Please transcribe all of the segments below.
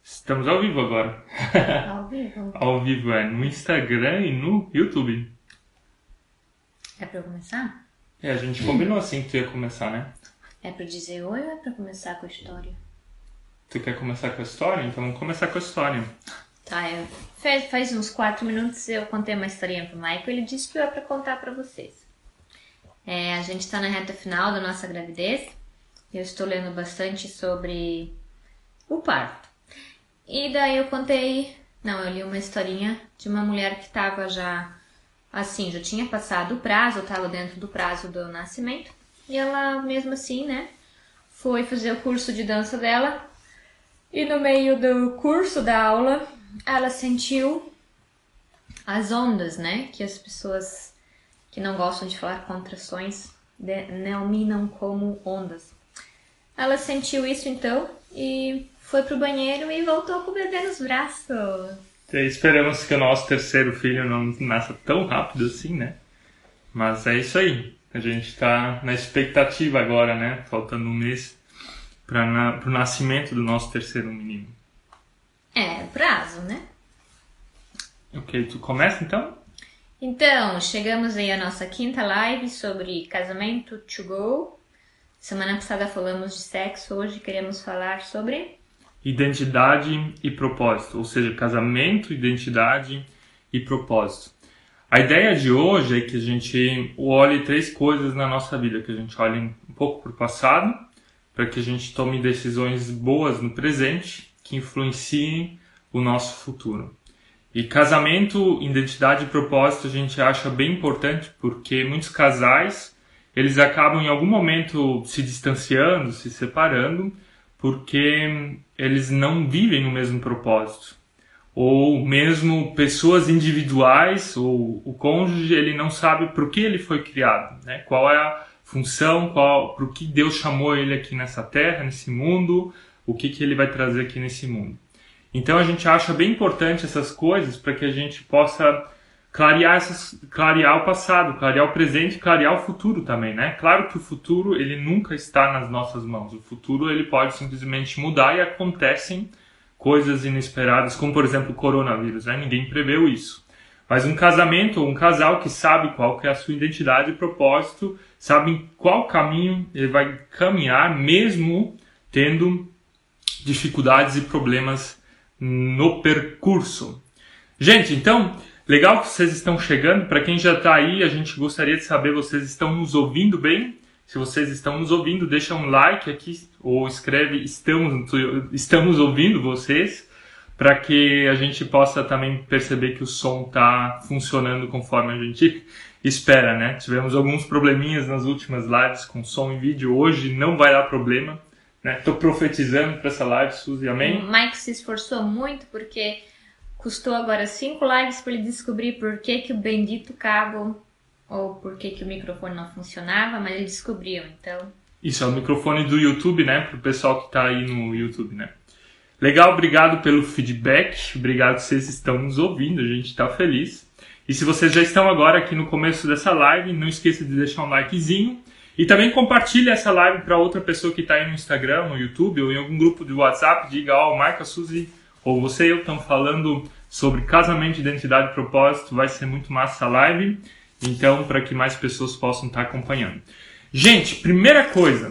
Estamos ao vivo agora. Ao vivo. Ao vivo no Instagram e no YouTube. É pra eu começar? A gente combinou assim que tu ia começar, né? É pra dizer oi ou é pra começar com a história? Tu quer começar com a história? Então vamos começar com a história. Tá, faz uns 4 minutos eu contei uma historinha pro Michael e ele disse que eu é pra contar pra vocês. A gente tá na reta final da nossa gravidez. Eu estou lendo bastante sobre o parto. E daí eu li uma historinha de uma mulher que tava já tinha passado o prazo, tava dentro do prazo do nascimento. E ela, mesmo assim, foi fazer o curso de dança dela. E no meio do curso da aula, ela sentiu as ondas, que as pessoas que não gostam de falar contrações denominam como ondas. Ela sentiu isso então e foi pro banheiro e voltou com o bebê nos braços. Esperamos que o nosso terceiro filho não nasça tão rápido assim, né? Mas é isso aí. A gente tá na expectativa agora, né? Faltando um mês pro nascimento do nosso terceiro menino. Prazo, né? Ok, tu começa então? Então, chegamos aí à nossa quinta live sobre casamento to go. Semana passada falamos de sexo, hoje queremos falar sobre identidade e propósito, ou seja, casamento, identidade e propósito. A ideia de hoje é que a gente olhe 3 coisas na nossa vida, que a gente olhe um pouco para o passado, para que a gente tome decisões boas no presente, que influenciem o nosso futuro. E casamento, identidade e propósito a gente acha bem importante, porque muitos casais, eles acabam em algum momento se distanciando, se separando, porque eles não vivem o mesmo propósito. Ou mesmo pessoas individuais, ou o cônjuge, ele não sabe por que ele foi criado, né? Qual é a função, por que Deus chamou ele aqui nessa terra, nesse mundo, o que ele vai trazer aqui nesse mundo. Então a gente acha bem importante essas coisas para que a gente possa clarear o passado, clarear o presente e clarear o futuro também, né? Claro que o futuro, ele nunca está nas nossas mãos. O futuro, ele pode simplesmente mudar e acontecem coisas inesperadas, como, por exemplo, o coronavírus, né? Ninguém preveu isso. Mas um casamento ou um casal que sabe qual que é a sua identidade e propósito, sabe em qual caminho ele vai caminhar, mesmo tendo dificuldades e problemas no percurso. Gente, então, legal que vocês estão chegando. Para quem já está aí, a gente gostaria de saber, vocês estão nos ouvindo bem? Se vocês estão nos ouvindo, deixa um like aqui ou escreve estamos ouvindo vocês, para que a gente possa também perceber que o som está funcionando conforme a gente espera, né? Tivemos alguns probleminhas nas últimas lives com som e vídeo. Hoje não vai dar problema, né? Estou profetizando para essa live, Suzy, amém? O Mike se esforçou muito porque custou agora 5 lives para ele descobrir por que o bendito cabo ou por que o microfone não funcionava, mas ele descobriu, então. Isso é o microfone do YouTube, né? Para o pessoal que está aí no YouTube, né? Legal, obrigado pelo feedback, obrigado que vocês estão nos ouvindo, a gente está feliz. E se vocês já estão agora aqui no começo dessa live, não esqueça de deixar um likezinho. E também compartilhe essa live para outra pessoa que está aí no Instagram, no YouTube ou em algum grupo de WhatsApp. Diga, Marca, Suzy, ou você e eu estão falando sobre casamento, identidade e propósito. Vai ser muito massa a live. Então, para que mais pessoas possam estar acompanhando. Gente, primeira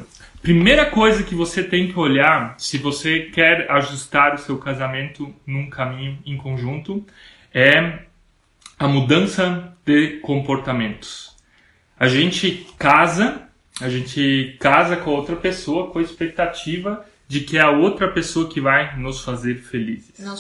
coisa que você tem que olhar se você quer ajustar o seu casamento num caminho em conjunto é a mudança de comportamentos. A gente casa com a outra pessoa com a expectativa de que é a outra pessoa que vai nos fazer felizes. Nos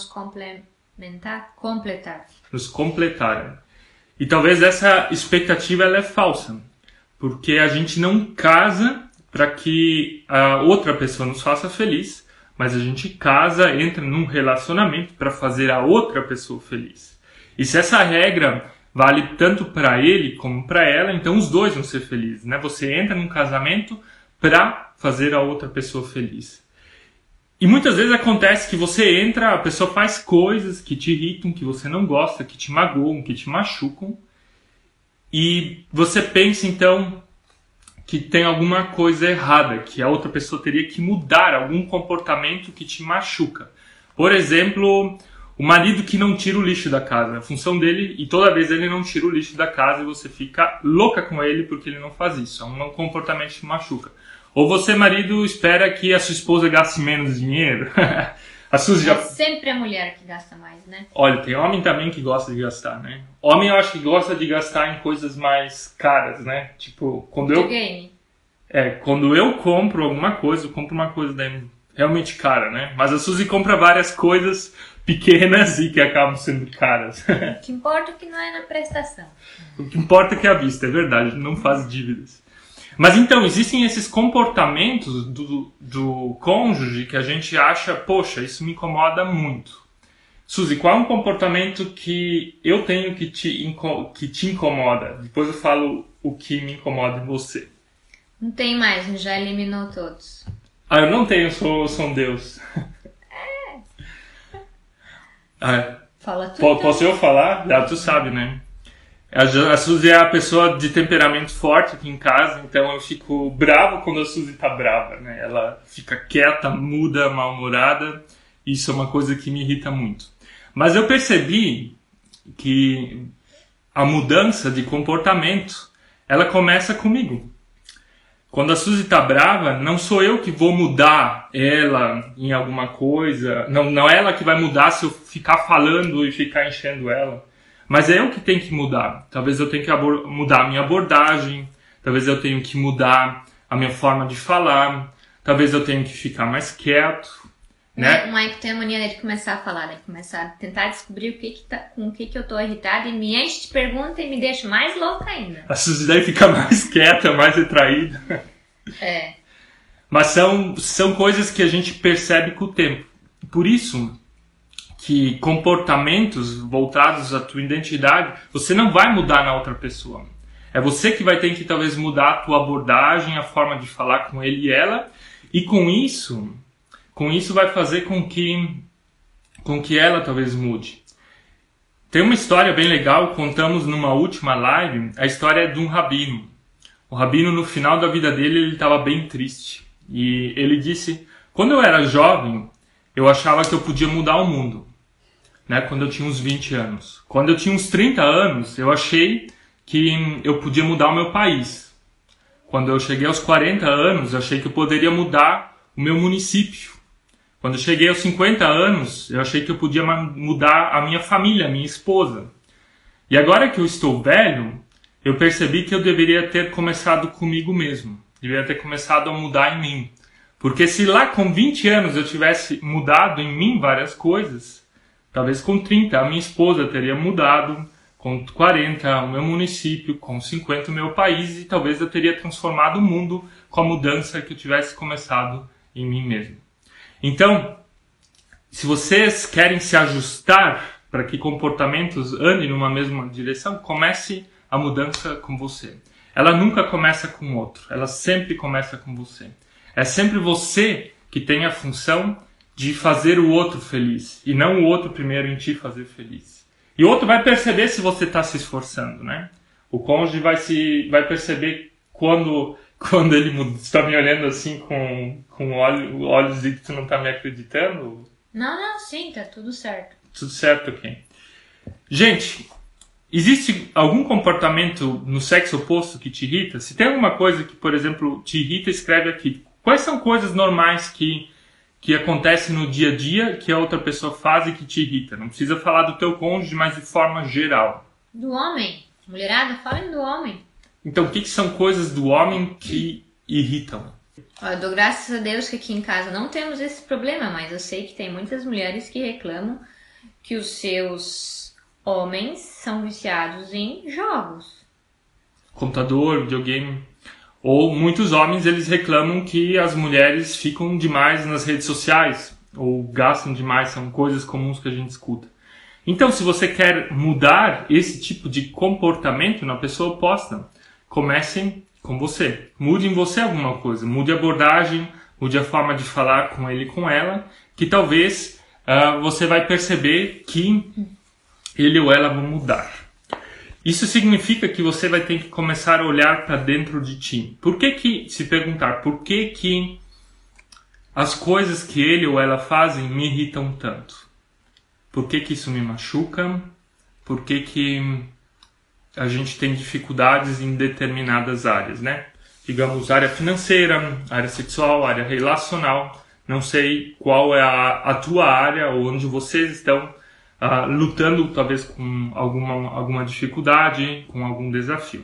completar. Nos completar. E talvez essa expectativa ela é falsa, porque a gente não casa para que a outra pessoa nos faça feliz, mas a gente entra num relacionamento para fazer a outra pessoa feliz. E se essa regra vale tanto para ele como para ela, então os dois vão ser felizes, né? Você entra num casamento para fazer a outra pessoa feliz. E muitas vezes acontece que você entra, a pessoa faz coisas que te irritam, que você não gosta, que te magoam, que te machucam. E você pensa então que tem alguma coisa errada, que a outra pessoa teria que mudar algum comportamento que te machuca. Por exemplo, o marido que não tira o lixo da casa. A função dele, e toda vez ele não tira o lixo da casa e você fica louca com ele porque ele não faz isso. É um comportamento que machuca. Ou você, marido, espera que a sua esposa gaste menos dinheiro. A Suzy já... É sempre a mulher que gasta mais, né? Olha, tem homem também que gosta de gastar, né? Homem eu acho que gosta de gastar em coisas mais caras, né? Tipo, quando eu compro alguma coisa, eu compro uma coisa daí realmente cara, né? Mas a Suzy compra várias coisas pequenas e que acabam sendo caras. O que importa é que não é na prestação. O que importa é que é à vista, é verdade, não faz dívidas. Mas então, existem esses comportamentos do cônjuge que a gente acha, poxa, isso me incomoda muito. Suzy, qual é um comportamento que eu tenho que te incomoda? Depois eu falo o que me incomoda em você. Não tem mais, já eliminou todos. Ah, eu não tenho, sou um Deus. Fala tudo. Posso eu falar? Já tu sabe, né? A Suzy é a pessoa de temperamento forte aqui em casa, então eu fico bravo quando a Suzy tá brava, né? Ela fica quieta, muda, mal-humorada. Isso é uma coisa que me irrita muito. Mas eu percebi que a mudança de comportamento, ela começa comigo. Quando a Suzy tá brava, não sou eu que vou mudar ela em alguma coisa. Não é ela que vai mudar se eu ficar falando e ficar enchendo ela. Mas é eu que tenho que mudar. Talvez eu tenha que mudar a minha abordagem. Talvez eu tenha que mudar a minha forma de falar. Talvez eu tenha que ficar mais quieto. Né? O Mike tem a mania de começar a falar, né? Começar a tentar descobrir com o que eu tô irritada e me enche de pergunta e me deixa mais louca ainda. A Suzy daí fica mais quieta, mais retraída. É. Mas são coisas que a gente percebe com o tempo. Por isso que comportamentos voltados à tua identidade, você não vai mudar na outra pessoa. É você que vai ter que talvez mudar a tua abordagem, a forma de falar com ele e ela. E com isso vai fazer com que ela talvez mude. Tem uma história bem legal, contamos numa última live, a história de um rabino. O rabino, no final da vida dele, ele estava bem triste. E ele disse, quando eu era jovem, eu achava que eu podia mudar o mundo. Né? Quando eu tinha uns 20 anos. Quando eu tinha uns 30 anos, eu achei que eu podia mudar o meu país. Quando eu cheguei aos 40 anos, eu achei que eu poderia mudar o meu município. Quando eu cheguei aos 50 anos, eu achei que eu podia mudar a minha família, a minha esposa. E agora que eu estou velho, eu percebi que eu deveria ter começado comigo mesmo. Deveria ter começado a mudar em mim. Porque se lá com 20 anos eu tivesse mudado em mim várias coisas, talvez com 30 a minha esposa teria mudado, com 40 o meu município, com 50 o meu país, e talvez eu teria transformado o mundo com a mudança que eu tivesse começado em mim mesmo. Então, se vocês querem se ajustar para que comportamentos andem numa mesma direção, comece a mudança com você. Ela nunca começa com o outro, ela sempre começa com você. É sempre você que tem a função de fazer o outro feliz, e não o outro primeiro em te fazer feliz. E o outro vai perceber se você está se esforçando, né? O cônjuge vai perceber quando ele está me olhando assim com olhos de que tu não está me acreditando. Não, sim, tá tudo certo. Tudo certo, ok. Gente, existe algum comportamento no sexo oposto que te irrita? Se tem alguma coisa que, por exemplo, te irrita, escreve aqui. Quais são coisas normais que acontecem no dia a dia que a outra pessoa faz e que te irrita? Não precisa falar do teu cônjuge, mas de forma geral. Do homem. Mulherada, falem do homem. Então, o que são coisas do homem que irritam? Eu dou graças a Deus que aqui em casa não temos esse problema, mas eu sei que tem muitas mulheres que reclamam que os seus homens são viciados em jogos. Computador, videogame. Ou muitos homens, eles reclamam que as mulheres ficam demais nas redes sociais, ou gastam demais, são coisas comuns que a gente escuta. Então, se você quer mudar esse tipo de comportamento na pessoa oposta, comecem com você. Mude em você alguma coisa. Mude a abordagem, mude a forma de falar com ele e com ela, que talvez você vai perceber que ele ou ela vão mudar. Isso significa que você vai ter que começar a olhar para dentro de ti. Se perguntar por que as coisas que ele ou ela fazem me irritam tanto? Por que isso me machuca? Por que a gente tem dificuldades em determinadas áreas, né? Digamos, área financeira, área sexual, área relacional. Não sei qual é a tua área ou onde vocês estão lutando, talvez com alguma dificuldade, com algum desafio.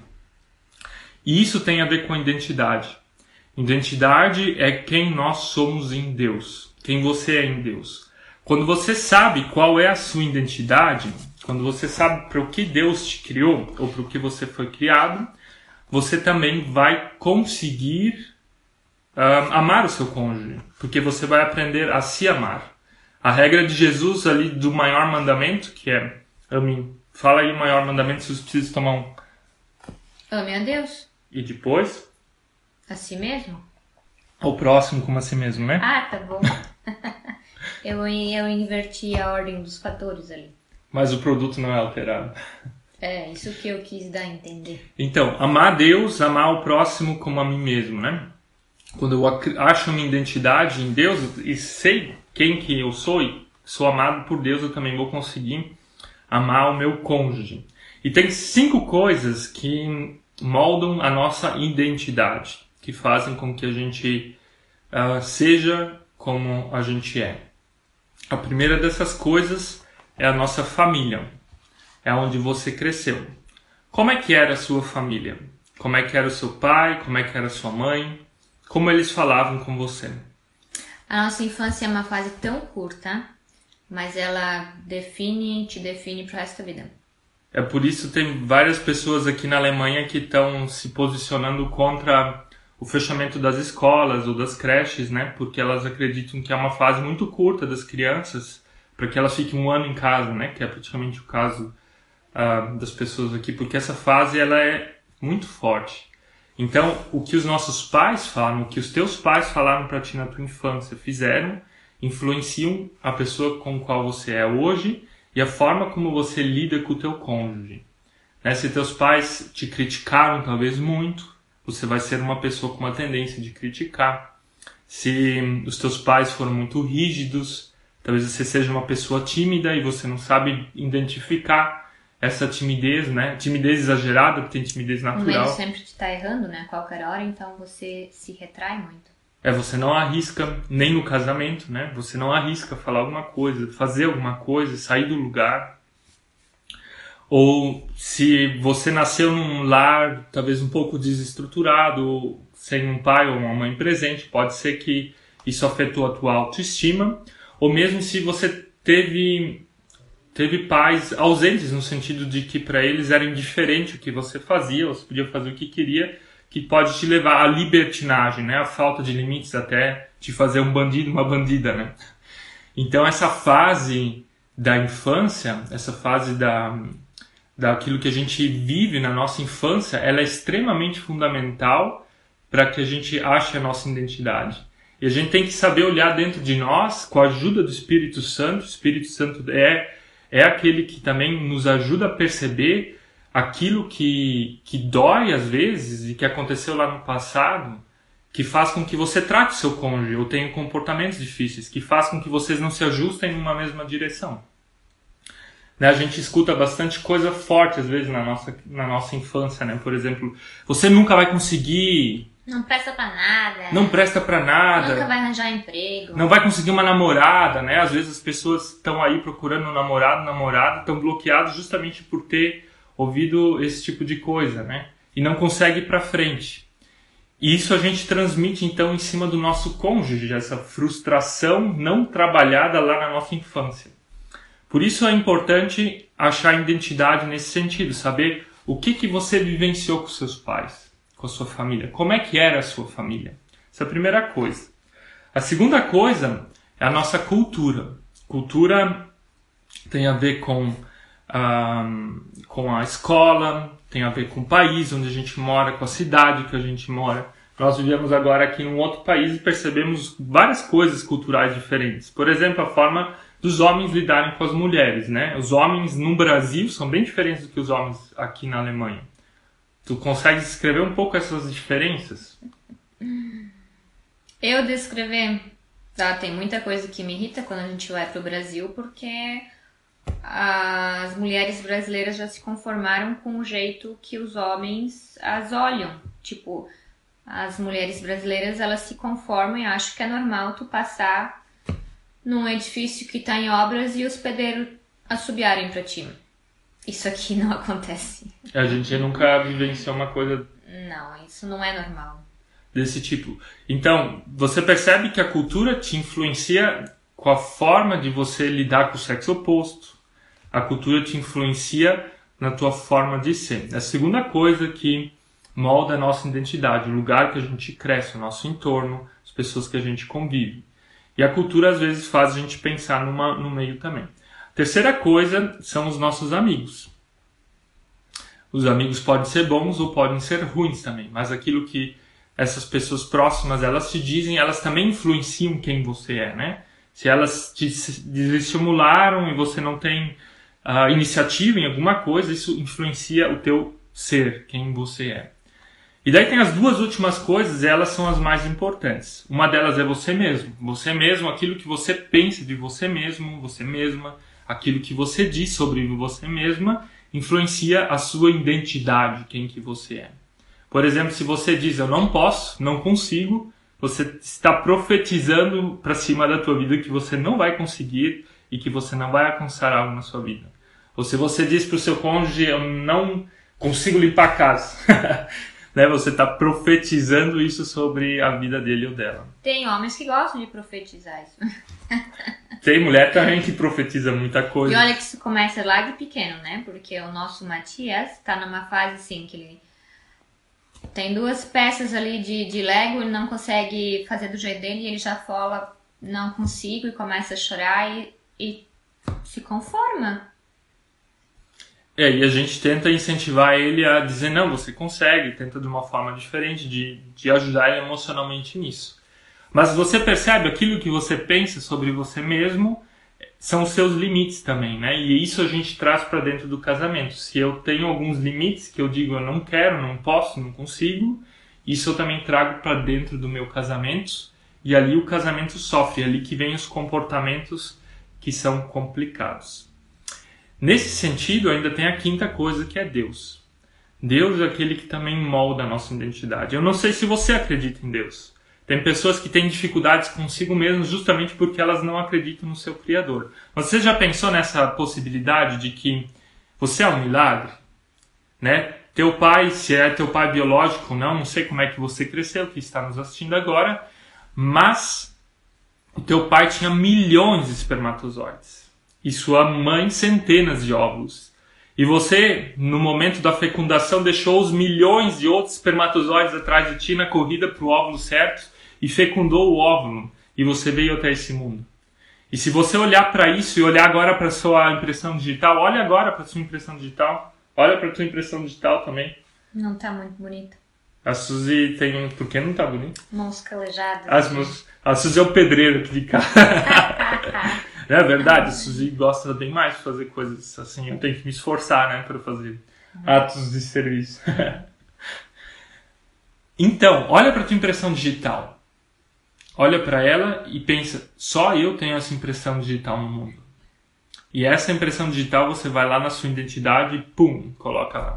E isso tem a ver com a identidade. Identidade é quem nós somos em Deus, quem você é em Deus. Quando você sabe qual é a sua identidade, quando você sabe para o que Deus te criou ou para o que você foi criado, você também vai conseguir amar o seu cônjuge, porque você vai aprender a se amar. A regra de Jesus ali do maior mandamento, que é ame. Fala aí o maior mandamento, se você precisa tomar um. Ame a Deus. E depois? A si mesmo? O próximo como a si mesmo, né? Ah, tá bom. eu inverti a ordem dos fatores ali. Mas o produto não é alterado. É, isso que eu quis dar a entender. Então, amar a Deus, amar o próximo como a mim mesmo, né? Quando eu acho minha identidade em Deus e sei quem que eu sou e sou amado por Deus, eu também vou conseguir amar o meu cônjuge. E tem 5 coisas que moldam a nossa identidade, que fazem com que a gente seja como a gente é. A primeira dessas coisas é a nossa família. É onde você cresceu. Como é que era a sua família? Como é que era o seu pai? Como é que era a sua mãe? Como eles falavam com você? A nossa infância é uma fase tão curta, mas ela te define pro resto da vida. É por isso que tem várias pessoas aqui na Alemanha que estão se posicionando contra o fechamento das escolas ou das creches, né? Porque elas acreditam que é uma fase muito curta das crianças, para que elas fiquem 1 ano em casa, né? Que é praticamente o caso das pessoas aqui, porque essa fase ela é muito forte. Então, o que os nossos pais falam, o que os teus pais falaram para ti na tua infância, fizeram, influenciam a pessoa com a qual você é hoje e a forma como você lida com o teu cônjuge. Né? Se teus pais te criticaram talvez muito, você vai ser uma pessoa com uma tendência de criticar. Se os teus pais foram muito rígidos, talvez você seja uma pessoa tímida e você não sabe identificar essa timidez, né? Timidez exagerada, porque tem timidez natural. O medo sempre de estar errando, né? A qualquer hora, então você se retrai muito. Você não arrisca, nem no casamento, né? Você não arrisca falar alguma coisa, fazer alguma coisa, sair do lugar. Ou se você nasceu num lar talvez um pouco desestruturado, sem um pai ou uma mãe presente, pode ser que isso afetou a tua autoestima. Ou mesmo se você teve pais ausentes, no sentido de que para eles era indiferente o que você fazia, você podia fazer o que queria, que pode te levar à libertinagem, né? A falta de limites até te fazer um bandido, uma bandida, né? Então essa fase da infância, essa fase daquilo que a gente vive na nossa infância, ela é extremamente fundamental para que a gente ache a nossa identidade. E a gente tem que saber olhar dentro de nós, com a ajuda do Espírito Santo. O Espírito Santo é aquele que também nos ajuda a perceber aquilo que dói às vezes e que aconteceu lá no passado, que faz com que você trate o seu cônjuge ou tenha comportamentos difíceis, que faz com que vocês não se ajustem numa mesma direção. Né? A gente escuta bastante coisa forte às vezes na nossa infância, né? Por exemplo, você nunca vai conseguir... Não presta pra nada. Não presta pra nada. Nunca vai arranjar emprego. Não vai conseguir uma namorada, né? Às vezes as pessoas estão aí procurando um namorada, estão bloqueados justamente por ter ouvido esse tipo de coisa, né? E não consegue ir pra frente. E isso a gente transmite então em cima do nosso cônjuge, essa frustração não trabalhada lá na nossa infância. Por isso é importante achar identidade nesse sentido, saber o que você vivenciou com seus pais, com a sua família. Como é que era a sua família? Essa é a primeira coisa. A segunda coisa é a nossa cultura. Cultura tem a ver com a escola, tem a ver com o país onde a gente mora, com a cidade que a gente mora. Nós vivemos agora aqui num outro país e percebemos várias coisas culturais diferentes. Por exemplo, a forma dos homens lidarem com as mulheres, né? Os homens no Brasil são bem diferentes do que os homens aqui na Alemanha. Tu consegue descrever um pouco essas diferenças? Eu descrever? Tem muita coisa que me irrita quando a gente vai pro Brasil, porque as mulheres brasileiras já se conformaram com o jeito que os homens as olham. Tipo, as mulheres brasileiras, elas se conformam e acham que é normal tu passar num edifício que tá em obras e os pedreiros assobiarem pra ti. Isso aqui não acontece. A gente nunca vivenciou uma coisa... Não, isso não é normal. Desse tipo. Então, você percebe que a cultura te influencia com a forma de você lidar com o sexo oposto. A cultura te influencia na tua forma de ser. É a segunda coisa que molda a nossa identidade, o lugar que a gente cresce, o nosso entorno, as pessoas que a gente convive. E a cultura às vezes faz a gente pensar no meio também. Terceira coisa são os nossos amigos. Os amigos podem ser bons ou podem ser ruins também, mas aquilo que essas pessoas próximas elas te dizem, elas também influenciam quem você é, né? Se elas te desestimularam e você não tem iniciativa em alguma coisa, isso influencia o teu ser, quem você é. E daí tem as duas últimas coisas, e elas são as mais importantes. Uma delas é você mesmo. Você mesmo, aquilo que você pensa de você mesmo, você mesma, aquilo que você diz sobre você mesma, influencia a sua identidade, quem que você é. Por exemplo, se você diz, eu não posso, não consigo, você está profetizando para cima da tua vida que você não vai conseguir e que você não vai alcançar algo na sua vida. Ou se você diz para o seu cônjuge, eu não consigo limpar a casa, né? Você está profetizando isso sobre a vida dele ou dela. Tem homens que gostam de profetizar isso. Tem mulher também que profetiza muita coisa. E olha que isso começa lá de pequeno, né? Porque o nosso Matias está numa fase assim que ele tem duas peças ali de Lego, ele não consegue fazer do jeito dele e ele já fala, não consigo, e começa a chorar e se conforma. E a gente tenta incentivar ele a dizer, não, você consegue, tenta de uma forma diferente de ajudar ele emocionalmente nisso. Mas você percebe aquilo que você pensa sobre você mesmo são os seus limites também, né? E isso a gente traz para dentro do casamento. Se eu tenho alguns limites que eu digo eu não quero, não posso, não consigo, isso eu também trago para dentro do meu casamento e ali o casamento sofre, é ali que vem os comportamentos que são complicados. Nesse sentido, ainda tem a quinta coisa que é Deus. Deus é aquele que também molda a nossa identidade. Eu não sei se você acredita em Deus. Tem pessoas que têm dificuldades consigo mesmas justamente porque elas não acreditam no seu Criador. Você já pensou nessa possibilidade de que você é um milagre? Né? Teu pai, se é teu pai biológico ou não sei como é que você cresceu, que está nos assistindo agora, mas o teu pai tinha milhões de espermatozoides e sua mãe centenas de óvulos. E você, no momento da fecundação, deixou os milhões de outros espermatozoides atrás de ti na corrida para o óvulo certo e fecundou o óvulo. E você veio até esse mundo. E se você olhar para isso e olhar agora para a sua impressão digital, olha agora para a sua impressão digital. Olha para a tua impressão digital também. Não tá muito bonita. A Suzy tem... Por que não tá bonita? Mãos calejadas. A Suzy é o pedreiro aqui de casa. É verdade, a Suzy gosta bem mais de fazer coisas assim. Eu tenho que me esforçar, né, para fazer atos de serviço. Então, olha para a tua impressão digital. Olha para ela e pensa, só eu tenho essa impressão digital no mundo. E essa impressão digital você vai lá na sua identidade e pum, coloca lá.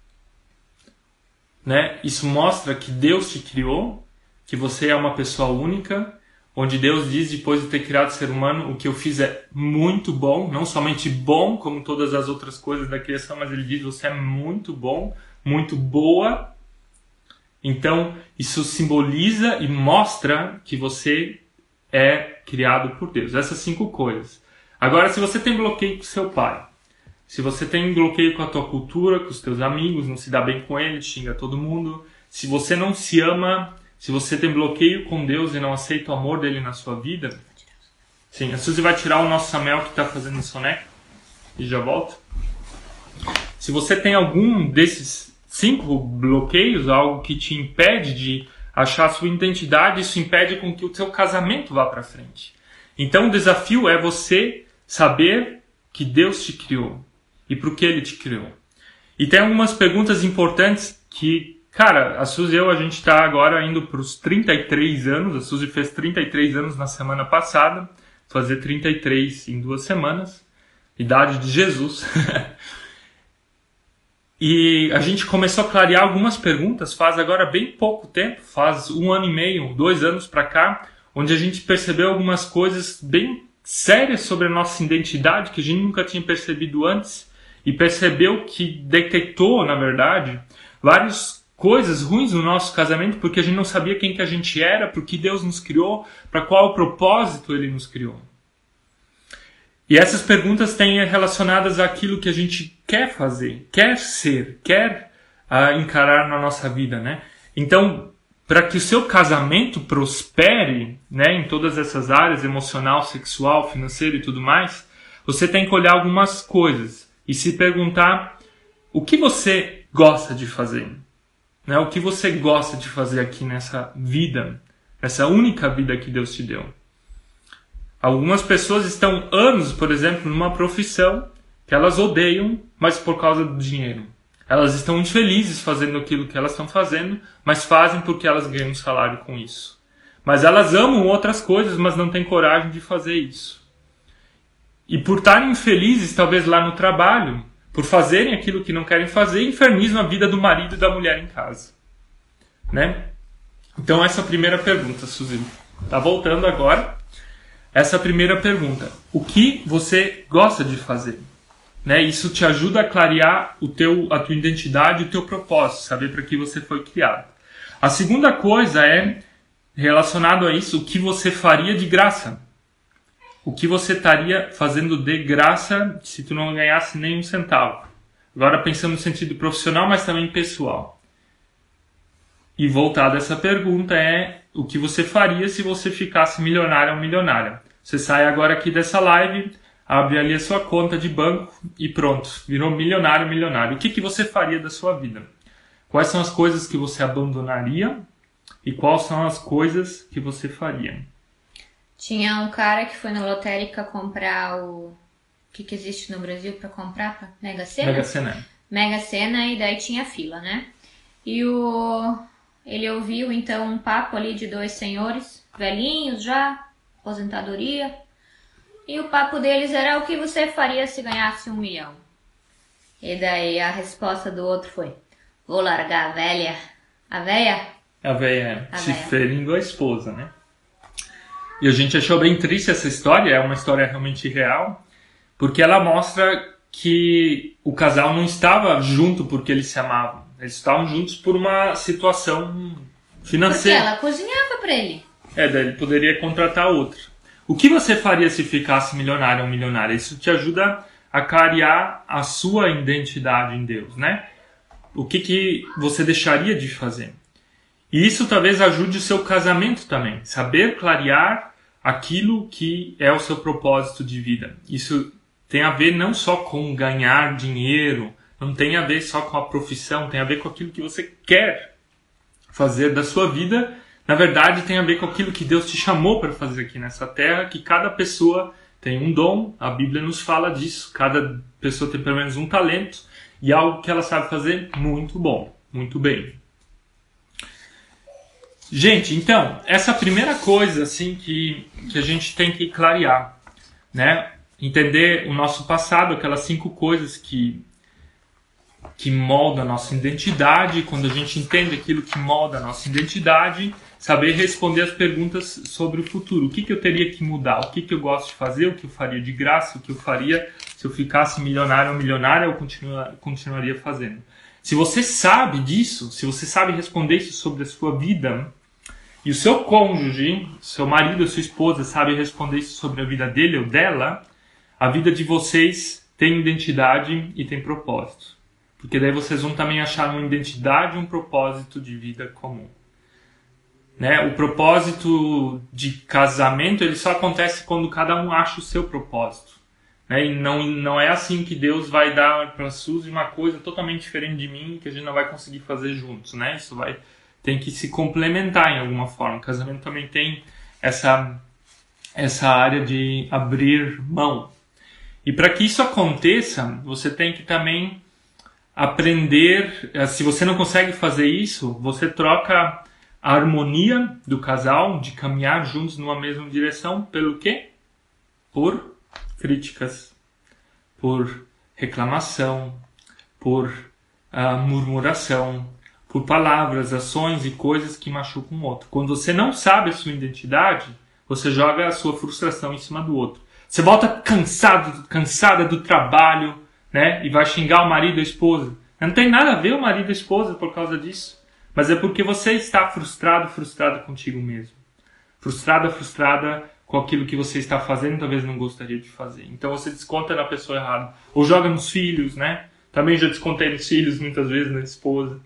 Né? Isso mostra que Deus te criou, que você é uma pessoa única, onde Deus diz, depois de ter criado o ser humano, o que eu fiz é muito bom, não somente bom, como todas as outras coisas da criação, mas ele diz, você é muito bom, muito boa. Então, isso simboliza e mostra que você é criado por Deus. Essas 5 coisas. Agora, se você tem bloqueio com seu pai, se você tem bloqueio com a tua cultura, com os teus amigos, não se dá bem com ele, xinga todo mundo, se você não se ama, se você tem bloqueio com Deus e não aceita o amor dele na sua vida, sim, a Suzy vai tirar o nosso Samuel que está fazendo soneca e já volta. Se você tem algum desses 5 bloqueios, algo que te impede de achar a sua identidade, isso impede com que o teu casamento vá para frente. Então o desafio é você saber que Deus te criou e por que Ele te criou. E tem algumas perguntas importantes que Cara, a Suzy e eu, a gente tá agora indo pros 33 anos. A Suzy fez 33 anos na semana passada. Fazer 33 em 2 semanas. Idade de Jesus. E a gente começou a clarear algumas perguntas faz agora bem pouco tempo. Faz 1 ano e meio, 2 anos pra cá. Onde a gente percebeu algumas coisas bem sérias sobre a nossa identidade. Que a gente nunca tinha percebido antes. E percebeu que detectou, na verdade, várias coisas ruins no nosso casamento, porque a gente não sabia quem que a gente era, por que Deus nos criou, para qual propósito Ele nos criou. E essas perguntas têm relacionadas àquilo que a gente quer fazer, quer ser, quer encarar na nossa vida, né? Então, para que o seu casamento prospere, né, em todas essas áreas, emocional, sexual, financeiro e tudo mais, você tem que olhar algumas coisas e se perguntar o que você gosta de fazer. Né? O que você gosta de fazer aqui nessa vida, essa única vida que Deus te deu. Algumas pessoas estão anos, por exemplo, numa profissão que elas odeiam, mas por causa do dinheiro. Elas estão infelizes fazendo aquilo que elas estão fazendo, mas fazem porque elas ganham um salário com isso. Mas elas amam outras coisas, mas não têm coragem de fazer isso. E por estarem infelizes, talvez lá no trabalho, por fazerem aquilo que não querem fazer, infernizam a vida do marido e da mulher em casa. Né? Então essa é a primeira pergunta, Suzy. Tá voltando agora. Essa primeira pergunta. O que você gosta de fazer? Né? Isso te ajuda a clarear a tua identidade e o teu propósito, saber para que você foi criado. A segunda coisa é, relacionado a isso, o que você faria de graça. O que você estaria fazendo de graça se tu não ganhasse nem um centavo. Agora pensando no sentido profissional, mas também pessoal. E voltada a essa pergunta é o que você faria se você ficasse milionário ou milionária. Você sai agora aqui dessa live, abre ali a sua conta de banco e pronto, virou milionário ou milionário. O que você faria da sua vida? Quais são as coisas que você abandonaria e quais são as coisas que você faria? Tinha um cara que foi na lotérica comprar o que existe no Brasil para comprar? Mega Sena? Mega Sena. Mega Sena, e daí tinha fila, né? E ele ouviu então um papo ali de 2 senhores, velhinhos já, aposentadoria. E o papo deles era: o que você faria se ganhasse 1 milhão? E daí a resposta do outro foi: vou largar a velha. A velha? A velha, se ferindo a esposa, né? E a gente achou bem triste essa história, é uma história realmente real, porque ela mostra que o casal não estava junto porque eles se amavam. Eles estavam juntos por uma situação financeira. Porque ela cozinhava pra ele. Daí ele poderia contratar outro. O que você faria se ficasse milionário ou milionária? Isso te ajuda a clarear a sua identidade em Deus, né? O que você deixaria de fazer? E isso talvez ajude o seu casamento também. Saber clarear aquilo que é o seu propósito de vida. Isso tem a ver não só com ganhar dinheiro, não tem a ver só com a profissão, tem a ver com aquilo que você quer fazer da sua vida. Na verdade, tem a ver com aquilo que Deus te chamou para fazer aqui nessa terra, que cada pessoa tem um dom, a Bíblia nos fala disso, cada pessoa tem pelo menos um talento e algo que ela sabe fazer muito bom, muito bem. Gente, então, essa primeira coisa assim que a gente tem que clarear, né? Entender o nosso passado, aquelas 5 coisas que moldam a nossa identidade. Quando a gente entende aquilo que molda a nossa identidade, saber responder as perguntas sobre o futuro. O que eu teria que mudar? O que eu gosto de fazer? O que eu faria de graça? O que eu faria se eu ficasse milionário ou milionária? Eu continuaria fazendo. Se você sabe disso, se você sabe responder isso sobre a sua vida, e o seu cônjuge, seu marido ou sua esposa sabe responder isso sobre a vida dele ou dela, a vida de vocês tem identidade e tem propósito. Porque daí vocês vão também achar uma identidade e um propósito de vida comum. Né? O propósito de casamento ele só acontece quando cada um acha o seu propósito. Né? E não é assim que Deus vai dar para a Suzy uma coisa totalmente diferente de mim que a gente não vai conseguir fazer juntos. Né? Isso tem que se complementar em alguma forma. O casamento também tem essa área de abrir mão. E para que isso aconteça, você tem que também aprender, se você não consegue fazer isso, você troca a harmonia do casal, de caminhar juntos numa mesma direção, pelo quê? Por críticas, por reclamação, por murmuração, por palavras, ações e coisas que machucam o outro. Quando você não sabe a sua identidade, você joga a sua frustração em cima do outro. Você volta cansada do trabalho, né? E vai xingar o marido e a esposa. Não tem nada a ver o marido e a esposa por causa disso. Mas é porque você está frustrada contigo mesmo. Frustrada com aquilo que você está fazendo e talvez não gostaria de fazer. Então você desconta na pessoa errada. Ou joga nos filhos, né? Também já descontei nos filhos, muitas vezes na esposa.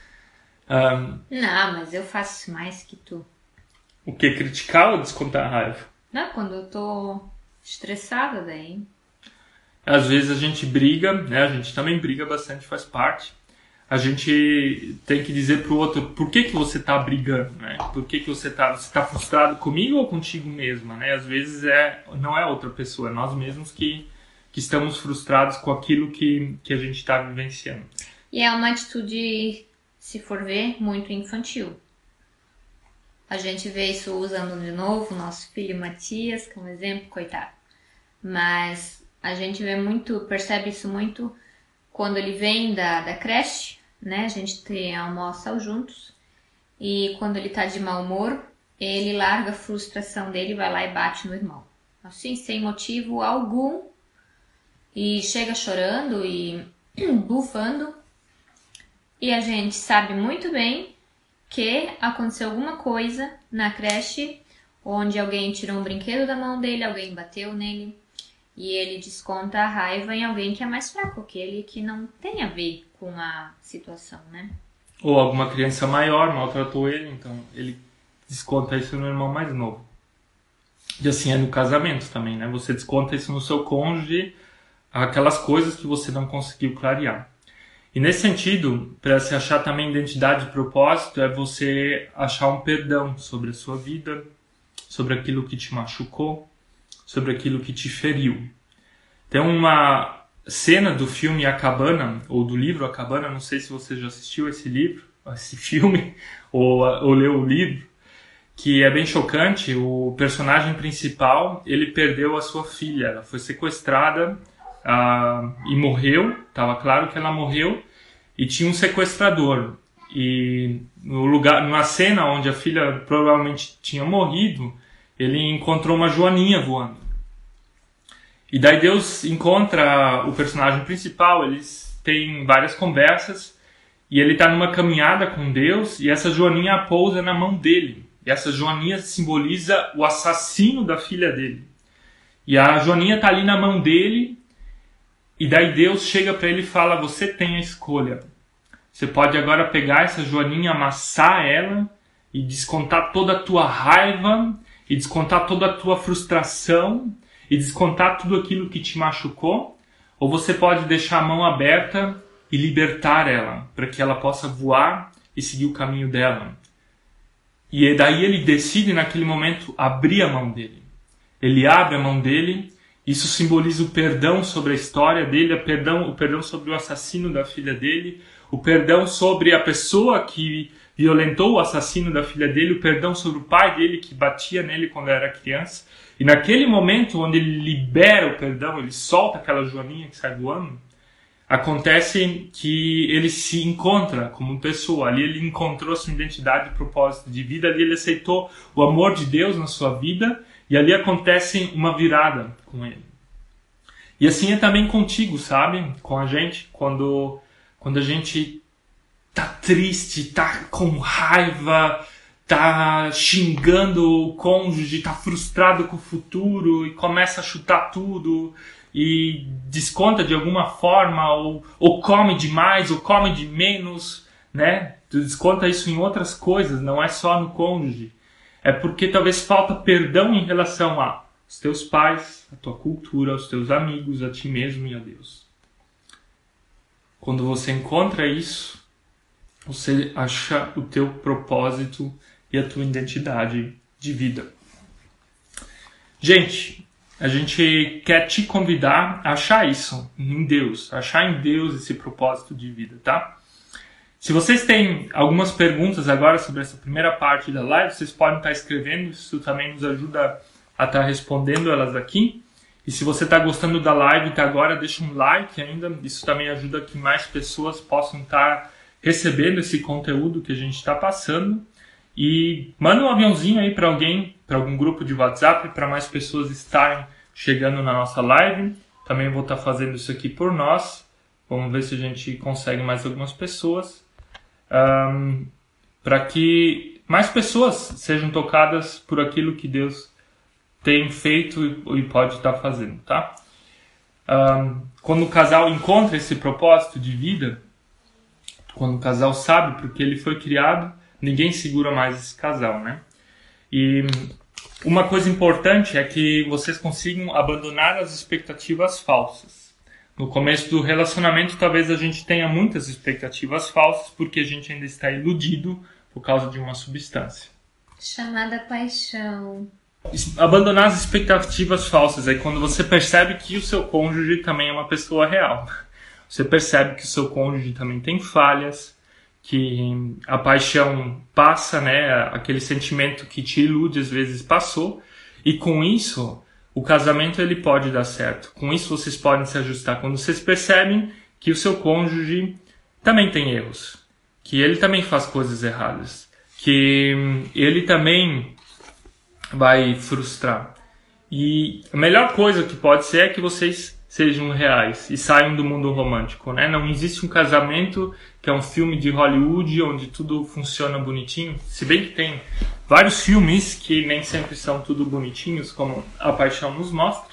Não, mas eu faço mais que tu. O que? Criticar ou descontar a raiva? Não, quando eu tô estressada daí. Às vezes a gente briga, né? A gente também briga bastante, faz parte. A gente tem que dizer pro outro por que você tá brigando, né? Por que você tá frustrado comigo ou contigo mesma, né? Às vezes não é outra pessoa, é nós mesmos que estamos frustrados com aquilo que a gente está vivenciando. E é uma atitude, se for ver, muito infantil. A gente vê isso usando de novo nosso filho Matias, que é um exemplo, coitado. Mas a gente percebe isso muito quando ele vem da creche, né? A gente almoça juntos. E quando ele tá de mau humor, ele larga a frustração dele e vai lá e bate no irmão. Assim, sem motivo algum. E chega chorando e bufando. E a gente sabe muito bem que aconteceu alguma coisa na creche onde alguém tirou um brinquedo da mão dele, alguém bateu nele. E ele desconta a raiva em alguém que é mais fraco que ele, que não tem a ver com a situação, né? Ou alguma criança maior maltratou ele, então ele desconta isso no irmão mais novo. E assim é no casamento também, né? Você desconta isso no seu cônjuge, aquelas coisas que você não conseguiu clarear. E nesse sentido, para se achar também identidade e propósito, é você achar um perdão sobre a sua vida, sobre aquilo que te machucou, sobre aquilo que te feriu. Tem uma cena do filme A Cabana, ou do livro A Cabana, não sei se você já assistiu esse filme, ou leu o livro, que é bem chocante. O personagem principal, ele perdeu a sua filha, ela foi sequestrada e morreu, estava claro que ela morreu, e tinha um sequestrador. E numa cena onde a filha provavelmente tinha morrido, ele encontrou uma joaninha voando. E daí Deus encontra o personagem principal, eles têm várias conversas, e ele está numa caminhada com Deus, e essa joaninha pousa na mão dele. E essa joaninha simboliza o assassino da filha dele. E a joaninha está ali na mão dele, e daí Deus chega para ele e fala: você tem a escolha. Você pode agora pegar essa joaninha, amassar ela, e descontar toda a tua raiva, e descontar toda a tua frustração, e descontar tudo aquilo que te machucou, ou você pode deixar a mão aberta e libertar ela, para que ela possa voar e seguir o caminho dela. E daí ele decide naquele momento abrir a mão dele. Ele abre a mão dele, isso simboliza o perdão sobre a história dele, o perdão sobre o assassino da filha dele, o perdão sobre a pessoa que violentou o assassino da filha dele, o perdão sobre o pai dele que batia nele quando era criança. E naquele momento onde ele libera o perdão, ele solta aquela joaninha que sai voando, acontece que ele se encontra como pessoa. Ali ele encontrou sua identidade e propósito de vida, ali ele aceitou o amor de Deus na sua vida, e ali acontece uma virada com ele. E assim é também contigo, sabe? Com a gente, quando a gente tá triste, tá com raiva, tá xingando o cônjuge, tá frustrado com o futuro e começa a chutar tudo e desconta de alguma forma, ou come demais, ou come de menos, né? Tu desconta isso em outras coisas, não é só no cônjuge. É porque talvez falta perdão em relação aos teus pais, a tua cultura, aos teus amigos, a ti mesmo e a Deus. Quando você encontra isso, você acha o teu propósito e a tua identidade de vida. Gente, a gente quer te convidar a achar isso em Deus, achar em Deus esse propósito de vida, tá? Se vocês têm algumas perguntas agora sobre essa primeira parte da live, vocês podem estar escrevendo, isso também nos ajuda a estar respondendo elas aqui. E se você está gostando da live até agora, deixa um like ainda, isso também ajuda que mais pessoas possam estar recebendo esse conteúdo que a gente está passando. E manda um aviãozinho aí para alguém, para algum grupo de WhatsApp, para mais pessoas estarem chegando na nossa live. Também vou estar fazendo isso aqui por nós. Vamos ver se a gente consegue mais algumas pessoas. Para que mais pessoas sejam tocadas por aquilo que Deus tem feito e pode estar fazendo, tá? Quando o casal encontra esse propósito de vida, quando o casal sabe porque ele foi criado, ninguém segura mais esse casal, né? E uma coisa importante é que vocês consigam abandonar as expectativas falsas. No começo do relacionamento, talvez a gente tenha muitas expectativas falsas porque a gente ainda está iludido por causa de uma substância. Chamada paixão. Abandonar as expectativas falsas é quando você percebe que o seu cônjuge também é uma pessoa real. Você percebe que o seu cônjuge também tem falhas, que a paixão passa, né? Aquele sentimento que te ilude às vezes passou, e com isso o casamento ele pode dar certo. Com isso vocês podem se ajustar. Quando vocês percebem que o seu cônjuge também tem erros, que ele também faz coisas erradas, que ele também vai frustrar. E a melhor coisa que pode ser é que vocês sejam reais e saiam do mundo romântico, né? Não existe um casamento que é um filme de Hollywood onde tudo funciona bonitinho. Se bem que tem vários filmes que nem sempre são tudo bonitinhos, como A Paixão nos mostra.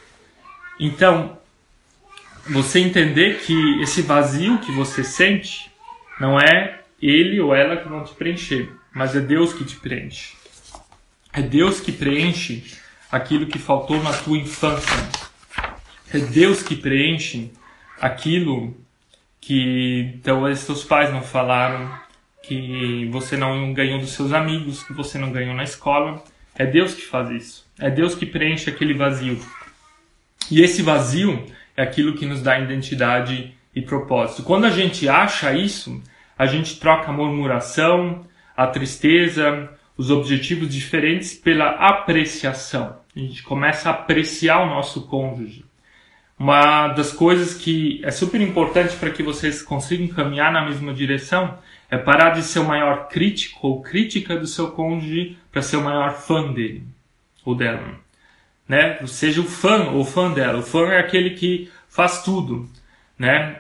Então, você entender que esse vazio que você sente não é ele ou ela que vão te preencher, mas é Deus que te preenche. É Deus que preenche aquilo que faltou na tua infância. É Deus que preenche aquilo que talvez seus pais não falaram, que você não ganhou dos seus amigos, que você não ganhou na escola. É Deus que faz isso. É Deus que preenche aquele vazio. E esse vazio é aquilo que nos dá identidade e propósito. Quando a gente acha isso, a gente troca a murmuração, a tristeza, os objetivos diferentes pela apreciação. A gente começa a apreciar o nosso cônjuge. Uma das coisas que é super importante para que vocês consigam caminhar na mesma direção é parar de ser o maior crítico ou crítica do seu cônjuge para ser o maior fã dele ou dela, né? Seja o fã ou fã dela. O fã é aquele que faz tudo, né?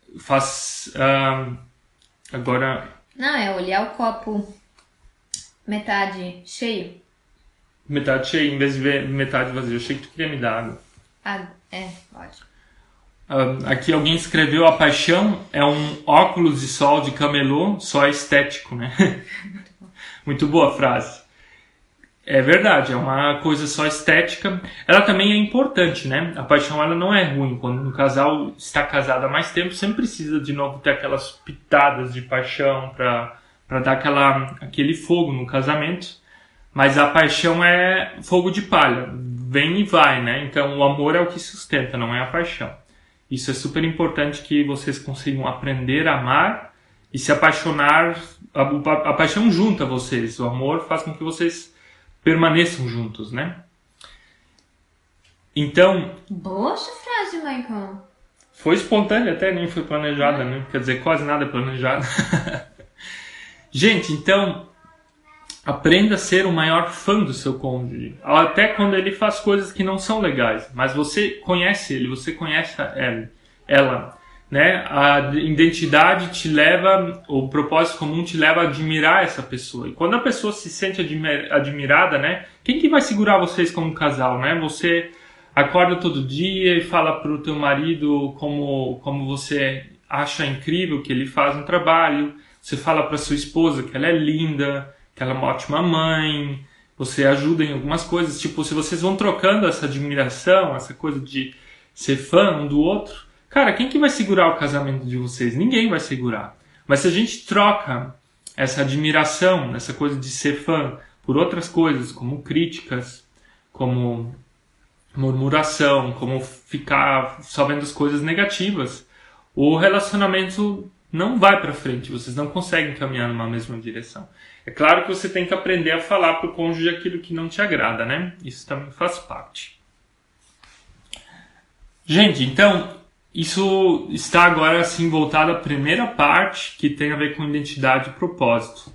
Agora... Não, é olhar o copo metade cheio. Metade cheio, em vez de ver metade vazio. Eu achei que tu queria me dar água. Pode. Aqui alguém escreveu: a paixão é um óculos de sol de camelô, só estético, né? Muito boa a frase. É verdade, é uma coisa só estética. Ela também é importante, né? A paixão ela não é ruim. Quando um casal está casado há mais tempo, sempre precisa de novo ter aquelas pitadas de paixão para dar aquele fogo no casamento. Mas a paixão é fogo de palha, vem e vai, né? Então o amor é o que sustenta, não é a paixão. Isso é super importante que vocês consigam aprender a amar e se apaixonar. A paixão junta vocês, o amor faz com que vocês permaneçam juntos, né? Então... Boa essa frase, Michael. Foi espontânea até, nem foi planejada, né? Quer dizer, quase nada é planejado. Gente, então... aprenda a ser o maior fã do seu cônjuge. Até quando ele faz coisas que não são legais. Mas você conhece ele, você conhece ela. Né? A identidade te leva, o propósito comum te leva a admirar essa pessoa. E quando a pessoa se sente admirada, né? Quem que vai segurar vocês como casal? Né? Você acorda todo dia e fala para o teu marido como você acha incrível que ele faz um trabalho. Você fala para sua esposa que ela é linda, que ela é uma ótima mãe, você ajuda em algumas coisas. Tipo, se vocês vão trocando essa admiração, essa coisa de ser fã um do outro, cara, quem que vai segurar o casamento de vocês? Ninguém vai segurar. Mas se a gente troca essa admiração, essa coisa de ser fã, por outras coisas, como críticas, como murmuração, como ficar só vendo as coisas negativas, o relacionamento não vai para frente, vocês não conseguem caminhar numa mesma direção. É claro que você tem que aprender a falar para o cônjuge aquilo que não te agrada, né? Isso também faz parte. Gente, então, isso está agora assim voltado à primeira parte, que tem a ver com identidade e propósito.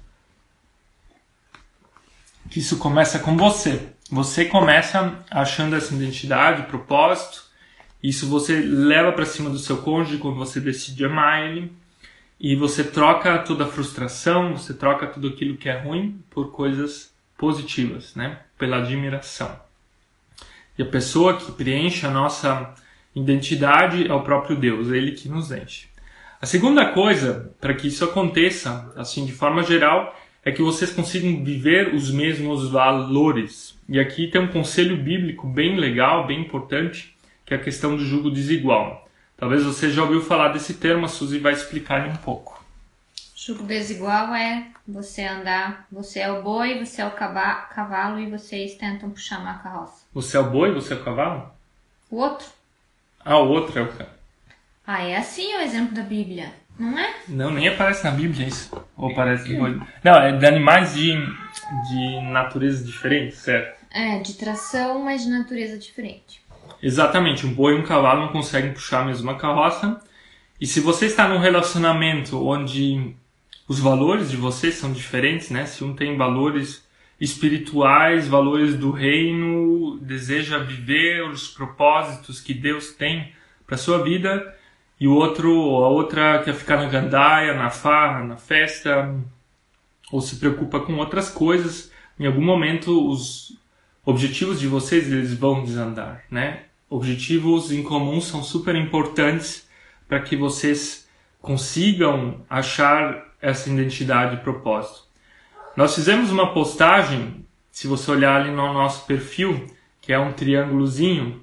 Que isso começa com você. Você começa achando essa identidade, propósito. Isso você leva para cima do seu cônjuge quando você decide amar ele. E você troca toda a frustração, você troca tudo aquilo que é ruim por coisas positivas, né? Pela admiração. E a pessoa que preenche a nossa identidade é o próprio Deus, é Ele que nos enche. A segunda coisa, para que isso aconteça, assim de forma geral, é que vocês consigam viver os mesmos valores. E aqui tem um conselho bíblico bem legal, bem importante, que é a questão do jugo desigual. Talvez você já ouviu falar desse termo, a Suzy vai explicar um pouco. Jugo desigual é você é o boi, você é o cavalo e vocês tentam puxar uma carroça. Você é o boi, você é o cavalo? O outro? Ah, o outro é o cavalo. É assim o exemplo da Bíblia, não é? Não, nem aparece na Bíblia isso. Ou aparece no boi. Não, é de animais de natureza diferente, certo? De tração, mas de natureza diferente. Exatamente, um boi e um cavalo não conseguem puxar a mesma carroça. E se você está num relacionamento onde os valores de vocês são diferentes, né? Se um tem valores espirituais, valores do reino, deseja viver os propósitos que Deus tem para sua vida, e o outro ou a outra quer ficar na gandaia, na farra, na festa, ou se preocupa com outras coisas, em algum momento os objetivos de vocês eles vão desandar, né? Objetivos em comum são super importantes para que vocês consigam achar essa identidade e propósito. Nós fizemos uma postagem, se você olhar ali no nosso perfil, que é um triângulozinho,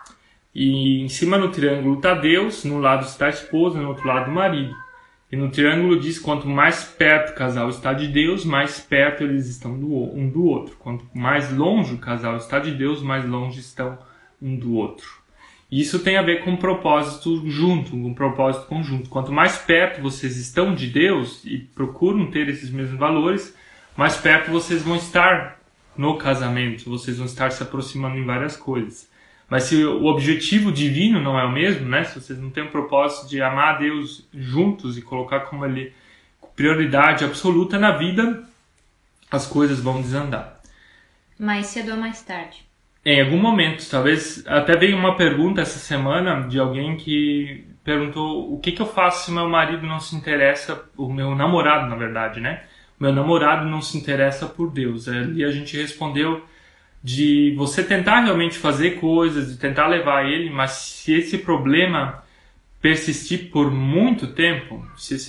e em cima no triângulo está Deus, no lado está a esposa, no outro lado o marido. E no triângulo diz quanto mais perto o casal está de Deus, mais perto eles estão um do outro. Quanto mais longe o casal está de Deus, mais longe estão um do outro. E isso tem a ver com um propósito junto, um propósito conjunto. Quanto mais perto vocês estão de Deus e procuram ter esses mesmos valores, mais perto vocês vão estar no casamento, vocês vão estar se aproximando em várias coisas. Mas se o objetivo divino não é o mesmo, né? Se vocês não têm o propósito de amar a Deus juntos e colocar como ele prioridade absoluta na vida, as coisas vão desandar. Mais cedo ou mais tarde. Em algum momento, talvez, até veio uma pergunta essa semana de alguém que perguntou o que eu faço se meu marido não se interessa, o meu namorado, na verdade, né? O meu namorado não se interessa por Deus. Ali a gente respondeu de você tentar realmente fazer coisas, de tentar levar ele, mas se esse problema persistir por muito tempo,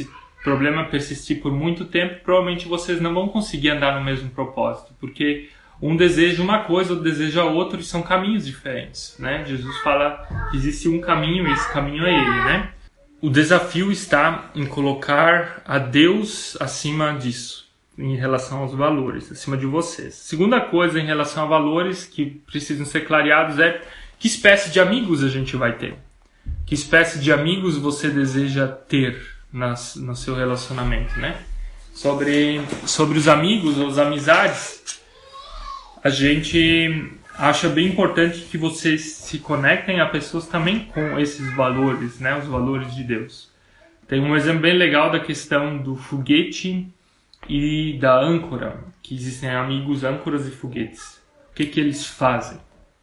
provavelmente vocês não vão conseguir andar no mesmo propósito, porque um deseja uma coisa, outro deseja outra, e são caminhos diferentes, né? Jesus fala que existe um caminho e esse caminho é ele, né? O desafio está em colocar a Deus acima disso, em relação aos valores, acima de vocês. Segunda coisa em relação a valores que precisam ser clareados é que espécie de amigos a gente vai ter. Que espécie de amigos você deseja ter no seu relacionamento, né? Sobre os amigos ou as amizades, a gente acha bem importante que vocês se conectem a pessoas também com esses valores, né? Os valores de Deus. Tem um exemplo bem legal da questão do foguete e da âncora, que existem amigos, âncoras e foguetes. O que eles fazem?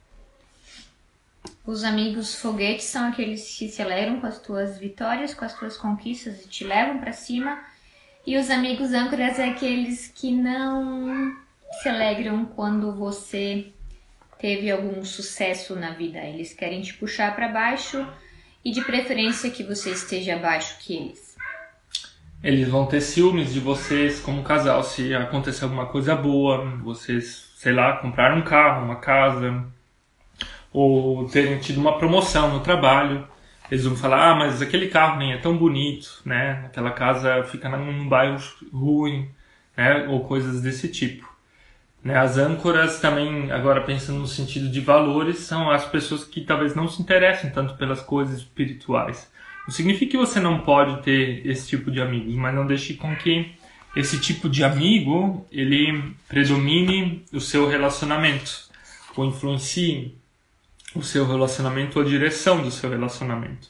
Os amigos foguetes são aqueles que se alegram com as tuas vitórias, com as tuas conquistas e te levam para cima. E os amigos âncoras é aqueles que não se alegram quando você teve algum sucesso na vida. Eles querem te puxar para baixo e de preferência que você esteja abaixo que eles. Eles vão ter ciúmes de vocês como casal se acontecer alguma coisa boa, vocês, sei lá, compraram um carro, uma casa, ou terem tido uma promoção no trabalho. Eles vão falar, mas aquele carro nem é tão bonito, né? Aquela casa fica num bairro ruim, né? Ou coisas desse tipo. né? As âncoras também, agora pensando no sentido de valores, são as pessoas que talvez não se interessem tanto pelas coisas espirituais. Não significa que você não pode ter esse tipo de amigos, mas não deixe com que esse tipo de amigo ele predomine o seu relacionamento, ou influencie o seu relacionamento ou a direção do seu relacionamento.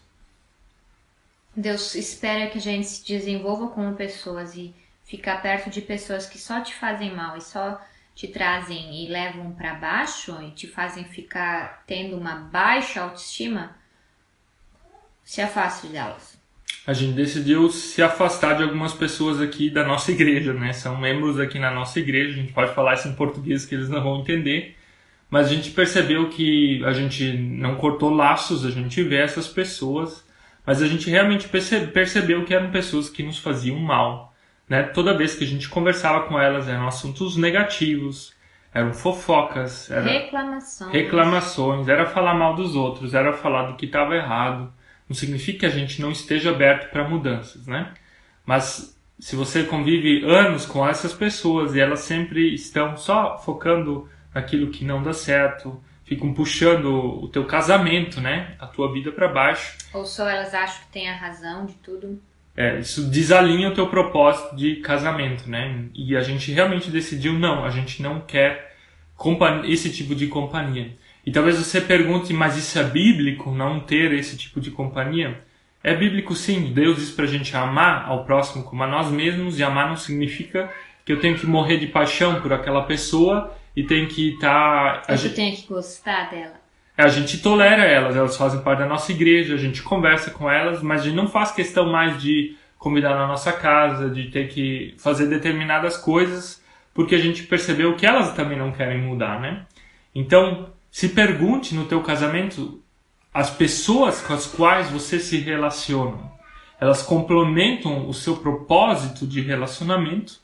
Deus espera que a gente se desenvolva como pessoas e ficar perto de pessoas que só te fazem mal e só te trazem e levam para baixo e te fazem ficar tendo uma baixa autoestima, se afaste delas. A gente decidiu se afastar de algumas pessoas aqui da nossa igreja, né? São membros aqui na nossa igreja, a gente pode falar isso em português que eles não vão entender, mas a gente percebeu que a gente não cortou laços, a gente vê essas pessoas, mas a gente realmente percebeu que eram pessoas que nos faziam mal, né? Toda vez que a gente conversava com elas eram assuntos negativos, eram fofocas, reclamações, era falar mal dos outros, era falar do que estava errado. Não significa que a gente não esteja aberto para mudanças, né? Mas se você convive anos com essas pessoas e elas sempre estão só focando naquilo que não dá certo, ficam puxando o teu casamento, né? A tua vida para baixo. Ou só elas acham que têm a razão de tudo. Isso desalinha o teu propósito de casamento, né? E a gente realmente decidiu, não, a gente não quer esse tipo de companhia. E talvez você pergunte, mas isso é bíblico, não ter esse tipo de companhia? É bíblico sim, Deus diz pra gente amar ao próximo como a nós mesmos, e amar não significa que eu tenho que morrer de paixão por aquela pessoa e tenho que estar... Eu tenho que gostar dela. A gente tolera elas fazem parte da nossa igreja, a gente conversa com elas, mas a gente não faz questão mais de convidar na nossa casa, de ter que fazer determinadas coisas, porque a gente percebeu que elas também não querem mudar, né? Então, se pergunte no teu casamento, as pessoas com as quais você se relaciona, elas complementam o seu propósito de relacionamento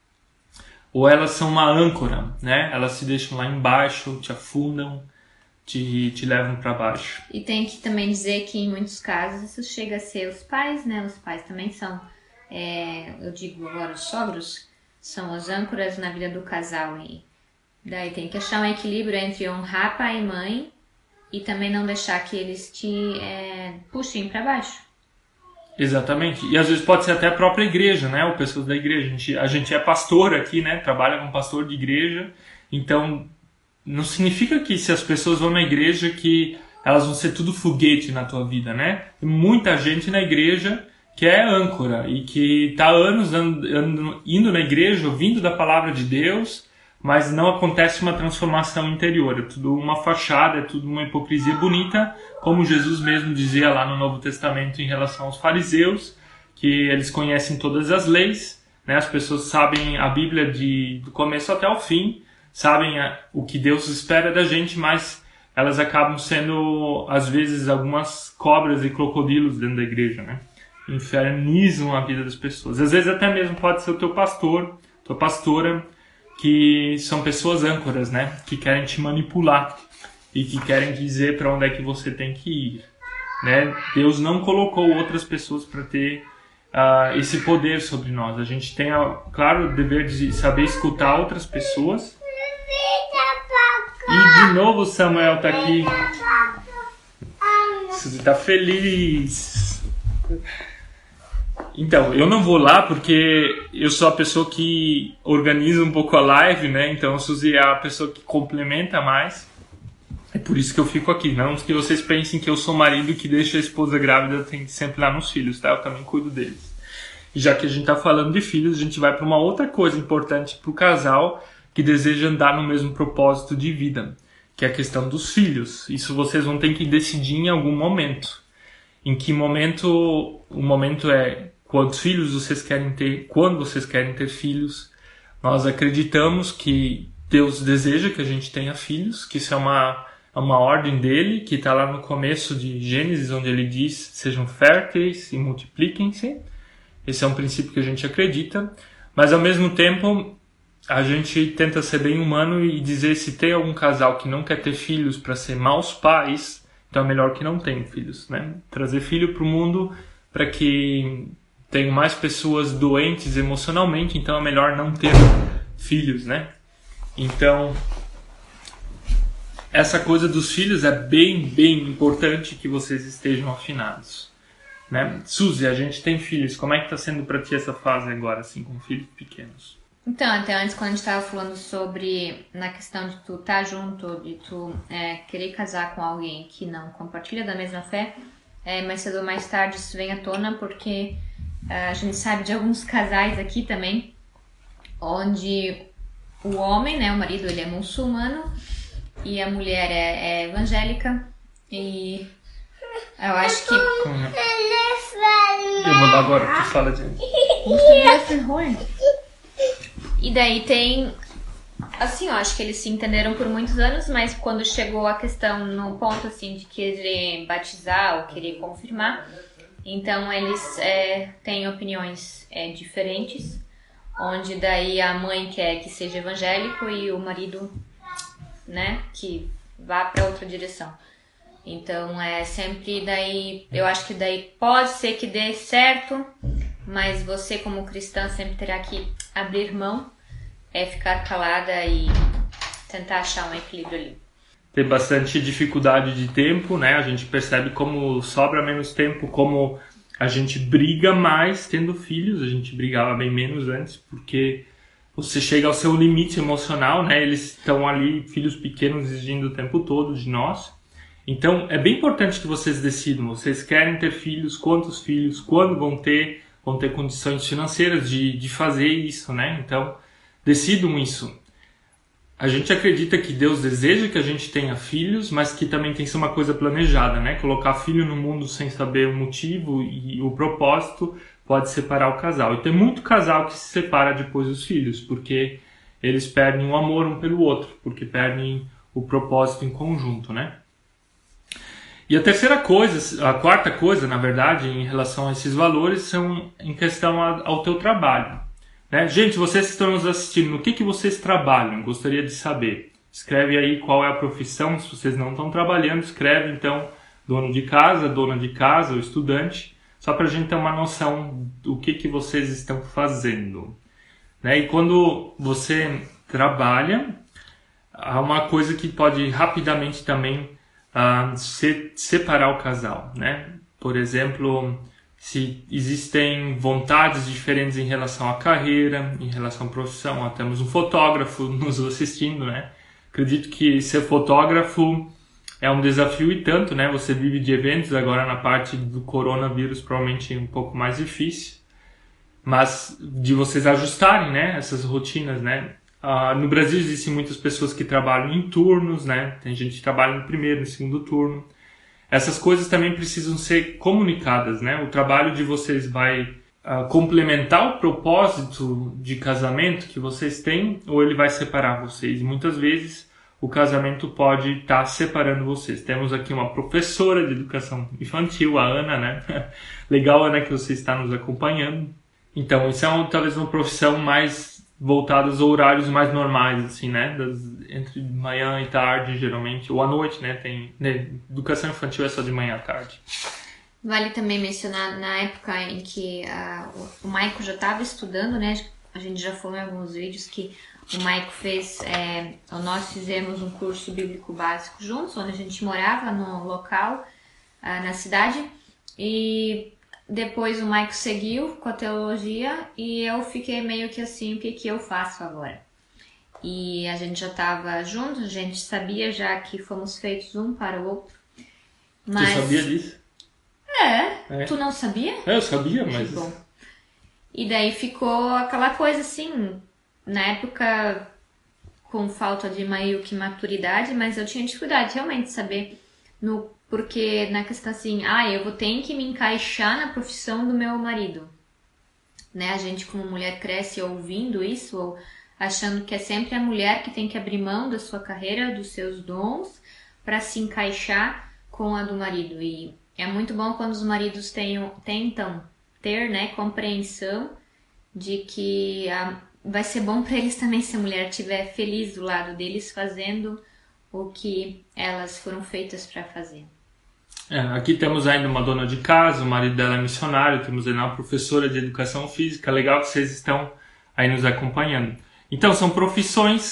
ou elas são uma âncora, né? Elas te deixam lá embaixo, te afundam, te levam para baixo. E tem que também dizer que em muitos casos isso chega a ser os pais, né? Os pais também são, eu digo agora os sogros, são as âncoras na vida do casal. E daí tem que achar um equilíbrio entre honrar pai e mãe e também não deixar que eles te puxem para baixo. Exatamente. E às vezes pode ser até a própria igreja, né? Ou pessoas da igreja. A gente é pastor aqui, né? Trabalha como pastor de igreja. Então, não significa que se as pessoas vão na igreja que elas vão ser tudo foguete na tua vida, né? Tem muita gente na igreja que é âncora e que está anos indo na igreja, ouvindo da palavra de Deus, mas não acontece uma transformação interior. É tudo uma fachada, é tudo uma hipocrisia bonita, como Jesus mesmo dizia lá no Novo Testamento em relação aos fariseus, que eles conhecem todas as leis, né? As pessoas sabem a Bíblia do começo até o fim, sabem o que Deus espera da gente, mas elas acabam sendo, às vezes, algumas cobras e crocodilos dentro da igreja, né? Infernizam a vida das pessoas. Às vezes até mesmo pode ser o teu pastor, tua pastora, que são pessoas âncoras, né? Que querem te manipular e que querem dizer para onde é que você tem que ir, né? Deus não colocou outras pessoas para ter esse poder sobre nós. A gente tem, claro, o dever de saber escutar outras pessoas. E de novo o Samuel tá aqui. Suzy tá feliz. Então, eu não vou lá porque eu sou a pessoa que organiza um pouco a live, né? Então a Suzy é a pessoa que complementa mais. É por isso que eu fico aqui. Não que vocês pensem que eu sou o marido que deixa a esposa grávida, tem que sempre lá nos filhos, tá? Eu também cuido deles. E já que a gente tá falando de filhos, a gente vai para uma outra coisa importante para o casal que deseja andar no mesmo propósito de vida, que é a questão dos filhos. Isso vocês vão ter que decidir em algum momento. Em que momento? O momento é quantos filhos vocês querem ter, quando vocês querem ter filhos. Nós acreditamos que Deus deseja que a gente tenha filhos, que isso é uma ordem dele, que está lá no começo de Gênesis, onde ele diz, sejam férteis e multipliquem-se. Esse é um princípio que a gente acredita, mas ao mesmo tempo a gente tenta ser bem humano e dizer se tem algum casal que não quer ter filhos para ser maus pais, então é melhor que não tenham filhos, né? Trazer filho para o mundo para que tenham mais pessoas doentes emocionalmente, então é melhor não ter filhos, né? Então, essa coisa dos filhos é bem, bem importante que vocês estejam afinados, né? Suzy, a gente tem filhos. Como é que está sendo para ti essa fase agora, assim, com filhos pequenos? Então, até antes, quando a gente estava falando sobre, na questão de tu estar junto, de tu querer casar com alguém que não compartilha da mesma fé, mais cedo ou mais tarde isso vem à tona, porque a gente sabe de alguns casais aqui também, onde o homem, né, o marido, ele é muçulmano e a mulher é evangélica, e eu acho que... Eu vou dar agora, tu fala de... E daí tem, assim, eu acho que eles se entenderam por muitos anos, mas quando chegou a questão no ponto, assim, de querer batizar ou querer confirmar, então eles têm opiniões diferentes, onde daí a mãe quer que seja evangélico e o marido, né, que vá para outra direção. Então é sempre daí, eu acho que daí pode ser que dê certo, mas você como cristã sempre terá que abrir mão, ficar calada e tentar achar um equilíbrio ali. Tem bastante dificuldade de tempo, né? A gente percebe como sobra menos tempo, como a gente briga mais tendo filhos. A gente brigava bem menos antes, porque você chega ao seu limite emocional, né? Eles estão ali, filhos pequenos, exigindo o tempo todo de nós. Então, é bem importante que vocês decidam. Vocês querem ter filhos, quantos filhos, quando vão ter condições financeiras de fazer isso, né? Então, decidam isso. A gente acredita que Deus deseja que a gente tenha filhos, mas que também tem que ser uma coisa planejada, né? Colocar filho no mundo sem saber o motivo e o propósito pode separar o casal. E tem muito casal que se separa depois dos filhos, porque eles perdem o amor um pelo outro, porque perdem o propósito em conjunto, né? E a quarta coisa, na verdade, em relação a esses valores, são em questão ao teu trabalho. Né? Gente, vocês que estão nos assistindo, no que vocês trabalham? Gostaria de saber. Escreve aí qual é a profissão. Se vocês não estão trabalhando, escreve então dono de casa, dona de casa ou estudante, só para a gente ter uma noção do que vocês estão fazendo. Né? E quando você trabalha, há uma coisa que pode rapidamente também separar o casal. Né? Por exemplo, se existem vontades diferentes em relação à carreira, em relação à profissão. Temos um fotógrafo nos assistindo, né? Acredito que ser fotógrafo é um desafio e tanto, né? Você vive de eventos, agora na parte do coronavírus provavelmente é um pouco mais difícil. Mas de vocês ajustarem, né, essas rotinas, né? No Brasil existem muitas pessoas que trabalham em turnos, né? Tem gente que trabalha no primeiro, no segundo turno. Essas coisas também precisam ser comunicadas, né? O trabalho de vocês vai complementar o propósito de casamento que vocês têm, ou ele vai separar vocês. E muitas vezes o casamento pode estar separando vocês. Temos aqui uma professora de educação infantil, a Ana, né? Legal, Ana, que você está nos acompanhando. Então, isso é talvez uma profissão mais voltada aos horários mais normais, assim, né? Entre manhã e tarde, geralmente, ou à noite, né? Educação infantil é só de manhã à tarde. Vale também mencionar, na época em que o Maico já estava estudando, né? A gente já falou em alguns vídeos que o Maico fez, nós fizemos um curso bíblico básico juntos, onde a gente morava no local, na cidade, e depois o Maico seguiu com a teologia e eu fiquei meio que assim, o que eu faço agora? E a gente já estava junto, a gente sabia já que fomos feitos um para o outro. Mas... Tu sabia disso? Tu não sabia? Eu sabia, mas... Bom. E daí ficou aquela coisa assim, na época com falta de meio que maturidade, mas eu tinha dificuldade realmente de saber porque na questão assim, eu vou ter que me encaixar na profissão do meu marido. Né? A gente como mulher cresce ouvindo isso, ou achando que é sempre a mulher que tem que abrir mão da sua carreira, dos seus dons, para se encaixar com a do marido. E é muito bom quando os maridos tentam ter, né, compreensão de que vai ser bom para eles também se a mulher estiver feliz do lado deles, fazendo o que elas foram feitas para fazer. Aqui temos ainda uma dona de casa, o marido dela é missionário, temos ainda uma professora de educação física. Legal que vocês estão aí nos acompanhando. Então, são profissões que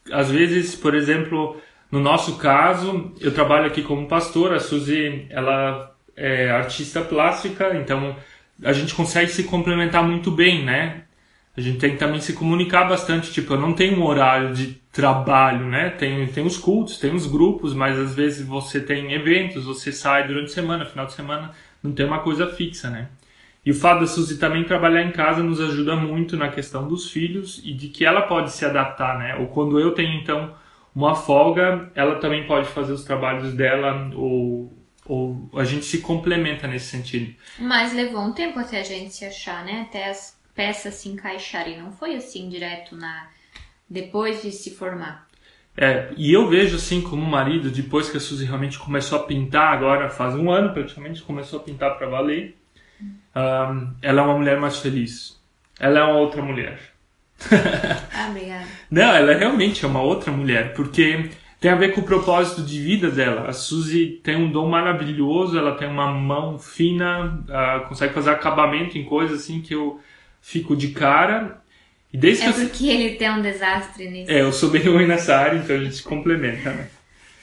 às vezes, por exemplo, no nosso caso, eu trabalho aqui como pastor, a Suzy, ela é artista plástica, então a gente consegue se complementar muito bem, né? A gente tem que também se comunicar bastante, tipo, eu não tenho um horário de trabalho, né? Tem os cultos, tem os grupos, mas às vezes você tem eventos, você sai durante a semana, final de semana, não tem uma coisa fixa, né? E o fato da Suzy também trabalhar em casa nos ajuda muito na questão dos filhos e de que ela pode se adaptar, né? Ou quando eu tenho, então, uma folga, ela também pode fazer os trabalhos dela, ou a gente se complementa nesse sentido. Mas levou um tempo até a gente se achar, né? Até as peças se encaixarem. Não foi assim direto depois de se formar. E eu vejo assim como marido, depois que a Suzy realmente começou a pintar, agora faz um ano praticamente, começou a pintar para valer, ela é uma mulher mais feliz. Ela é uma outra mulher. Obrigada. Não, ela realmente é uma outra mulher, porque tem a ver com o propósito de vida dela. A Suzy tem um dom maravilhoso, ela tem uma mão fina, consegue fazer acabamento em coisas assim que eu fico de cara. E desde porque ele tem um desastre nisso. eu sou bem ruim nessa área, então a gente se complementa, né?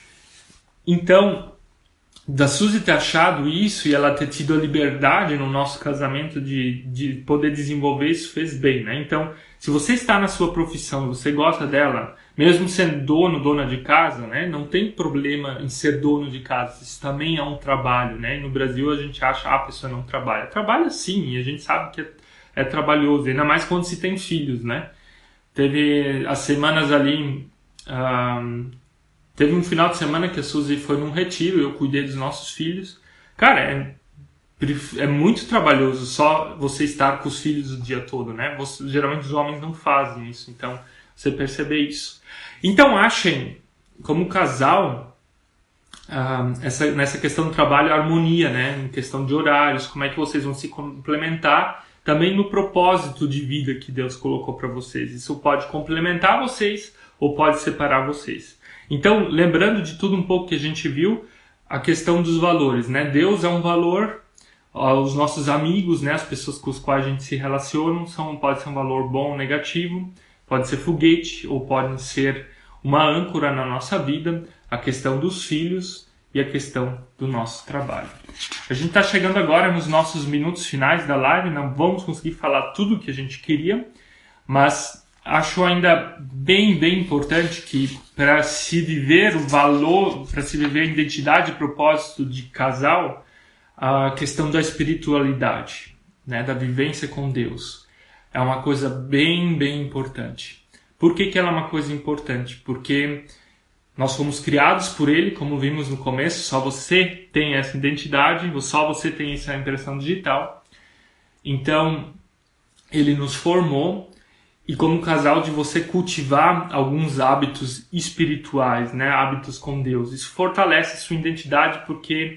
Então, da Suzy ter achado isso e ela ter tido a liberdade no nosso casamento de poder desenvolver isso, fez bem, né? Então, se você está na sua profissão, você gosta dela, mesmo sendo dona de casa, né? Não tem problema em ser dono de casa. Isso também é um trabalho, né? E no Brasil a gente acha, a pessoa não trabalha. Trabalha sim, e a gente sabe que é trabalhoso, ainda mais quando se tem filhos, né? Teve as semanas ali... Teve um final de semana que a Suzy foi num retiro, eu cuidei dos nossos filhos. Cara, é muito trabalhoso só você estar com os filhos o dia todo, né? Geralmente os homens não fazem isso, então você percebe isso. Então achem, como casal, nessa questão do trabalho, harmonia, né? Em questão de horários, como é que vocês vão se complementar, também no propósito de vida que Deus colocou para vocês. Isso pode complementar vocês ou pode separar vocês. Então, lembrando de tudo um pouco que a gente viu, a questão dos valores, né? Deus é um valor, os nossos amigos, né? As pessoas com as quais a gente se relaciona, pode ser um valor bom ou negativo, pode ser foguete ou pode ser uma âncora na nossa vida, a questão dos filhos e a questão do nosso trabalho. A gente está chegando agora nos nossos minutos finais da live, não vamos conseguir falar tudo o que a gente queria, mas... acho ainda bem importante que para se viver o valor, para se viver a identidade e propósito de casal, a questão da espiritualidade, né, da vivência com Deus, é uma coisa bem importante. Por que ela é uma coisa importante? Porque nós fomos criados por Ele, como vimos no começo, só você tem essa identidade, só você tem essa impressão digital. Então, Ele nos formou. E como casal, de você cultivar alguns hábitos espirituais, né? Hábitos com Deus. Isso fortalece a sua identidade porque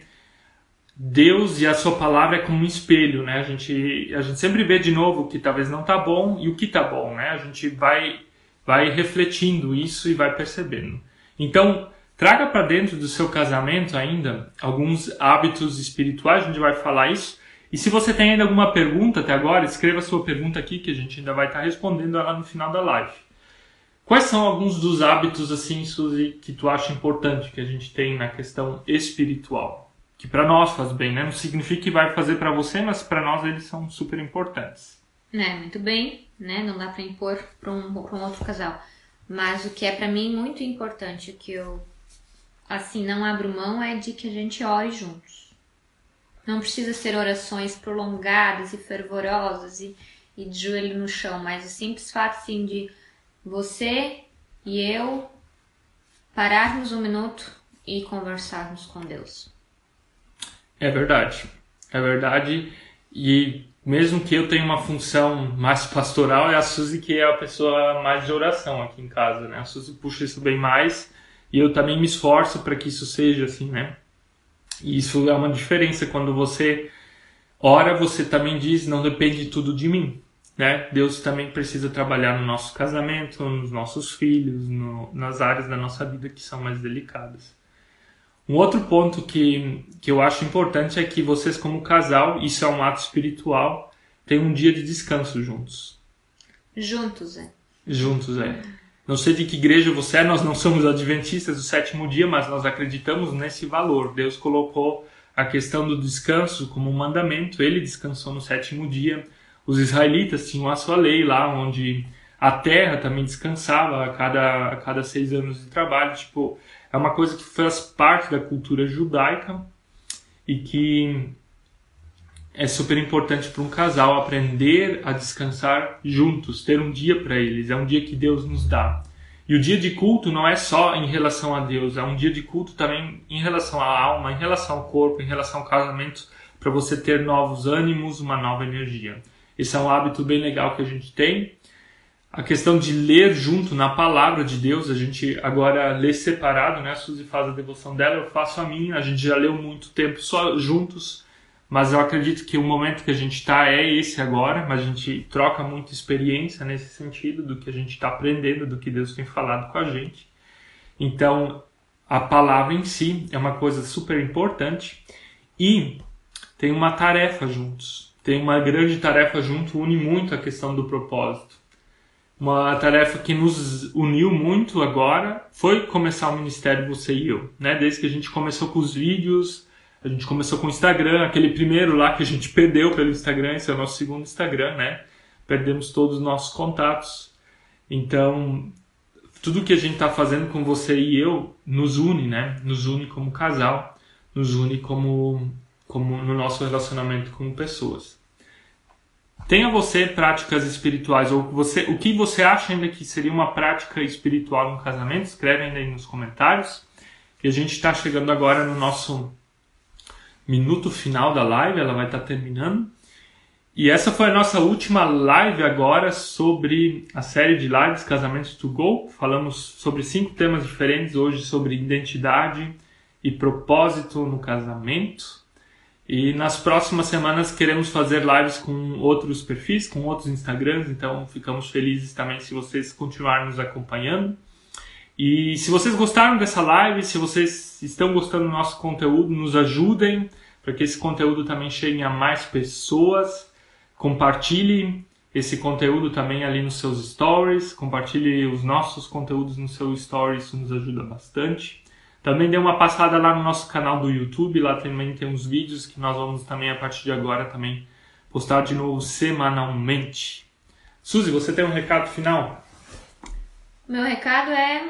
Deus e a sua palavra é como um espelho, né? A gente sempre vê de novo o que talvez não está bom e o que está bom, né? A gente vai refletindo isso e vai percebendo. Então, traga para dentro do seu casamento ainda alguns hábitos espirituais, a gente vai falar isso. E se você tem ainda alguma pergunta até agora, escreva a sua pergunta aqui que a gente ainda vai estar respondendo ela no final da live. Quais são alguns dos hábitos, assim, Suzy, que tu acha importante que a gente tem na questão espiritual? Que para nós faz bem, né? Não significa que vai fazer para você, mas para nós eles são super importantes. Muito bem, né? Não dá para impor para um outro casal. Mas o que é para mim muito importante, o que eu, assim, não abro mão, é de que a gente ore juntos. Não precisa ser orações prolongadas e fervorosas e de joelho no chão, mas o simples fato, assim, de você e eu pararmos um minuto e conversarmos com Deus. É verdade. E mesmo que eu tenha uma função mais pastoral, é a Suzy que é a pessoa mais de oração aqui em casa, né? A Suzy puxa isso bem mais e eu também me esforço para que isso seja assim, né? E isso é uma diferença. Quando você ora, você também diz, não depende tudo de mim, né? Deus também precisa trabalhar no nosso casamento, nos nossos filhos, nas áreas da nossa vida que são mais delicadas. Um outro ponto que eu acho importante é que vocês, como casal, isso é um ato espiritual, tenham um dia de descanso juntos. Juntos, Juntos, Não sei de que igreja você é, nós não somos adventistas do sétimo dia, mas nós acreditamos nesse valor. Deus colocou a questão do descanso como um mandamento, ele descansou no sétimo dia. Os israelitas tinham a sua lei lá, onde a terra também descansava a cada 6 anos de trabalho. Tipo, é uma coisa que faz parte da cultura judaica e que é super importante para um casal aprender a descansar juntos, ter um dia para eles, é um dia que Deus nos dá. E o dia de culto não é só em relação a Deus, é um dia de culto também em relação à alma, em relação ao corpo, em relação ao casamento, para você ter novos ânimos, uma nova energia. Esse é um hábito bem legal que a gente tem. A questão de ler junto na palavra de Deus, a gente agora lê separado, né? A Suzy faz a devoção dela, eu faço a minha, a gente já leu muito tempo só juntos, mas eu acredito que o momento que a gente está é esse agora, mas a gente troca muita experiência nesse sentido, do que a gente está aprendendo, do que Deus tem falado com a gente. Então, a palavra em si é uma coisa super importante e tem uma tarefa juntos. Tem uma grande tarefa junto, une muito a questão do propósito. Uma tarefa que nos uniu muito agora foi começar o ministério Você e Eu, né? Desde que a gente começou com os vídeos, a gente começou com o Instagram, aquele primeiro lá que a gente perdeu pelo Instagram, esse é o nosso segundo Instagram, né? Perdemos todos os nossos contatos. Então, tudo que a gente está fazendo com Você e Eu nos une, né? Nos une como casal, nos une como no nosso relacionamento com pessoas. Tenha você práticas espirituais, ou o que você acha ainda que seria uma prática espiritual no casamento, escreve ainda aí nos comentários. E a gente está chegando agora no nosso minuto final da live, ela vai estar terminando. E essa foi a nossa última live agora sobre a série de lives Casamentos to Go. Falamos sobre 5 temas diferentes hoje, sobre identidade e propósito no casamento. E nas próximas semanas queremos fazer lives com outros perfis, com outros Instagrams, então ficamos felizes também se vocês continuarem nos acompanhando. E se vocês gostaram dessa live, se vocês estão gostando do nosso conteúdo, nos ajudem para que esse conteúdo também chegue a mais pessoas. Compartilhe esse conteúdo também ali nos seus stories, compartilhe os nossos conteúdos nos seus stories, isso nos ajuda bastante. Também dê uma passada lá no nosso canal do YouTube, lá também tem uns vídeos que nós vamos também, a partir de agora, também postar de novo semanalmente. Suzy, você tem um recado final? Meu recado é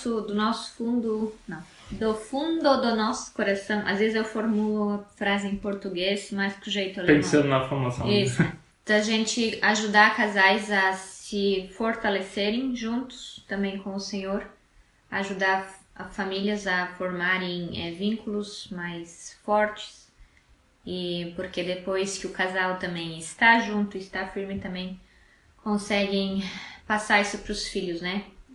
do fundo do nosso coração. Às vezes eu formulo a frase em português, mas pro jeito alemão. Pensando na formação. Isso. Da gente ajudar casais a se fortalecerem juntos, também com o Senhor, ajudar a famílias a formarem vínculos mais fortes, e porque depois que o casal também está junto, está firme, também conseguem passar isso para os filhos, né?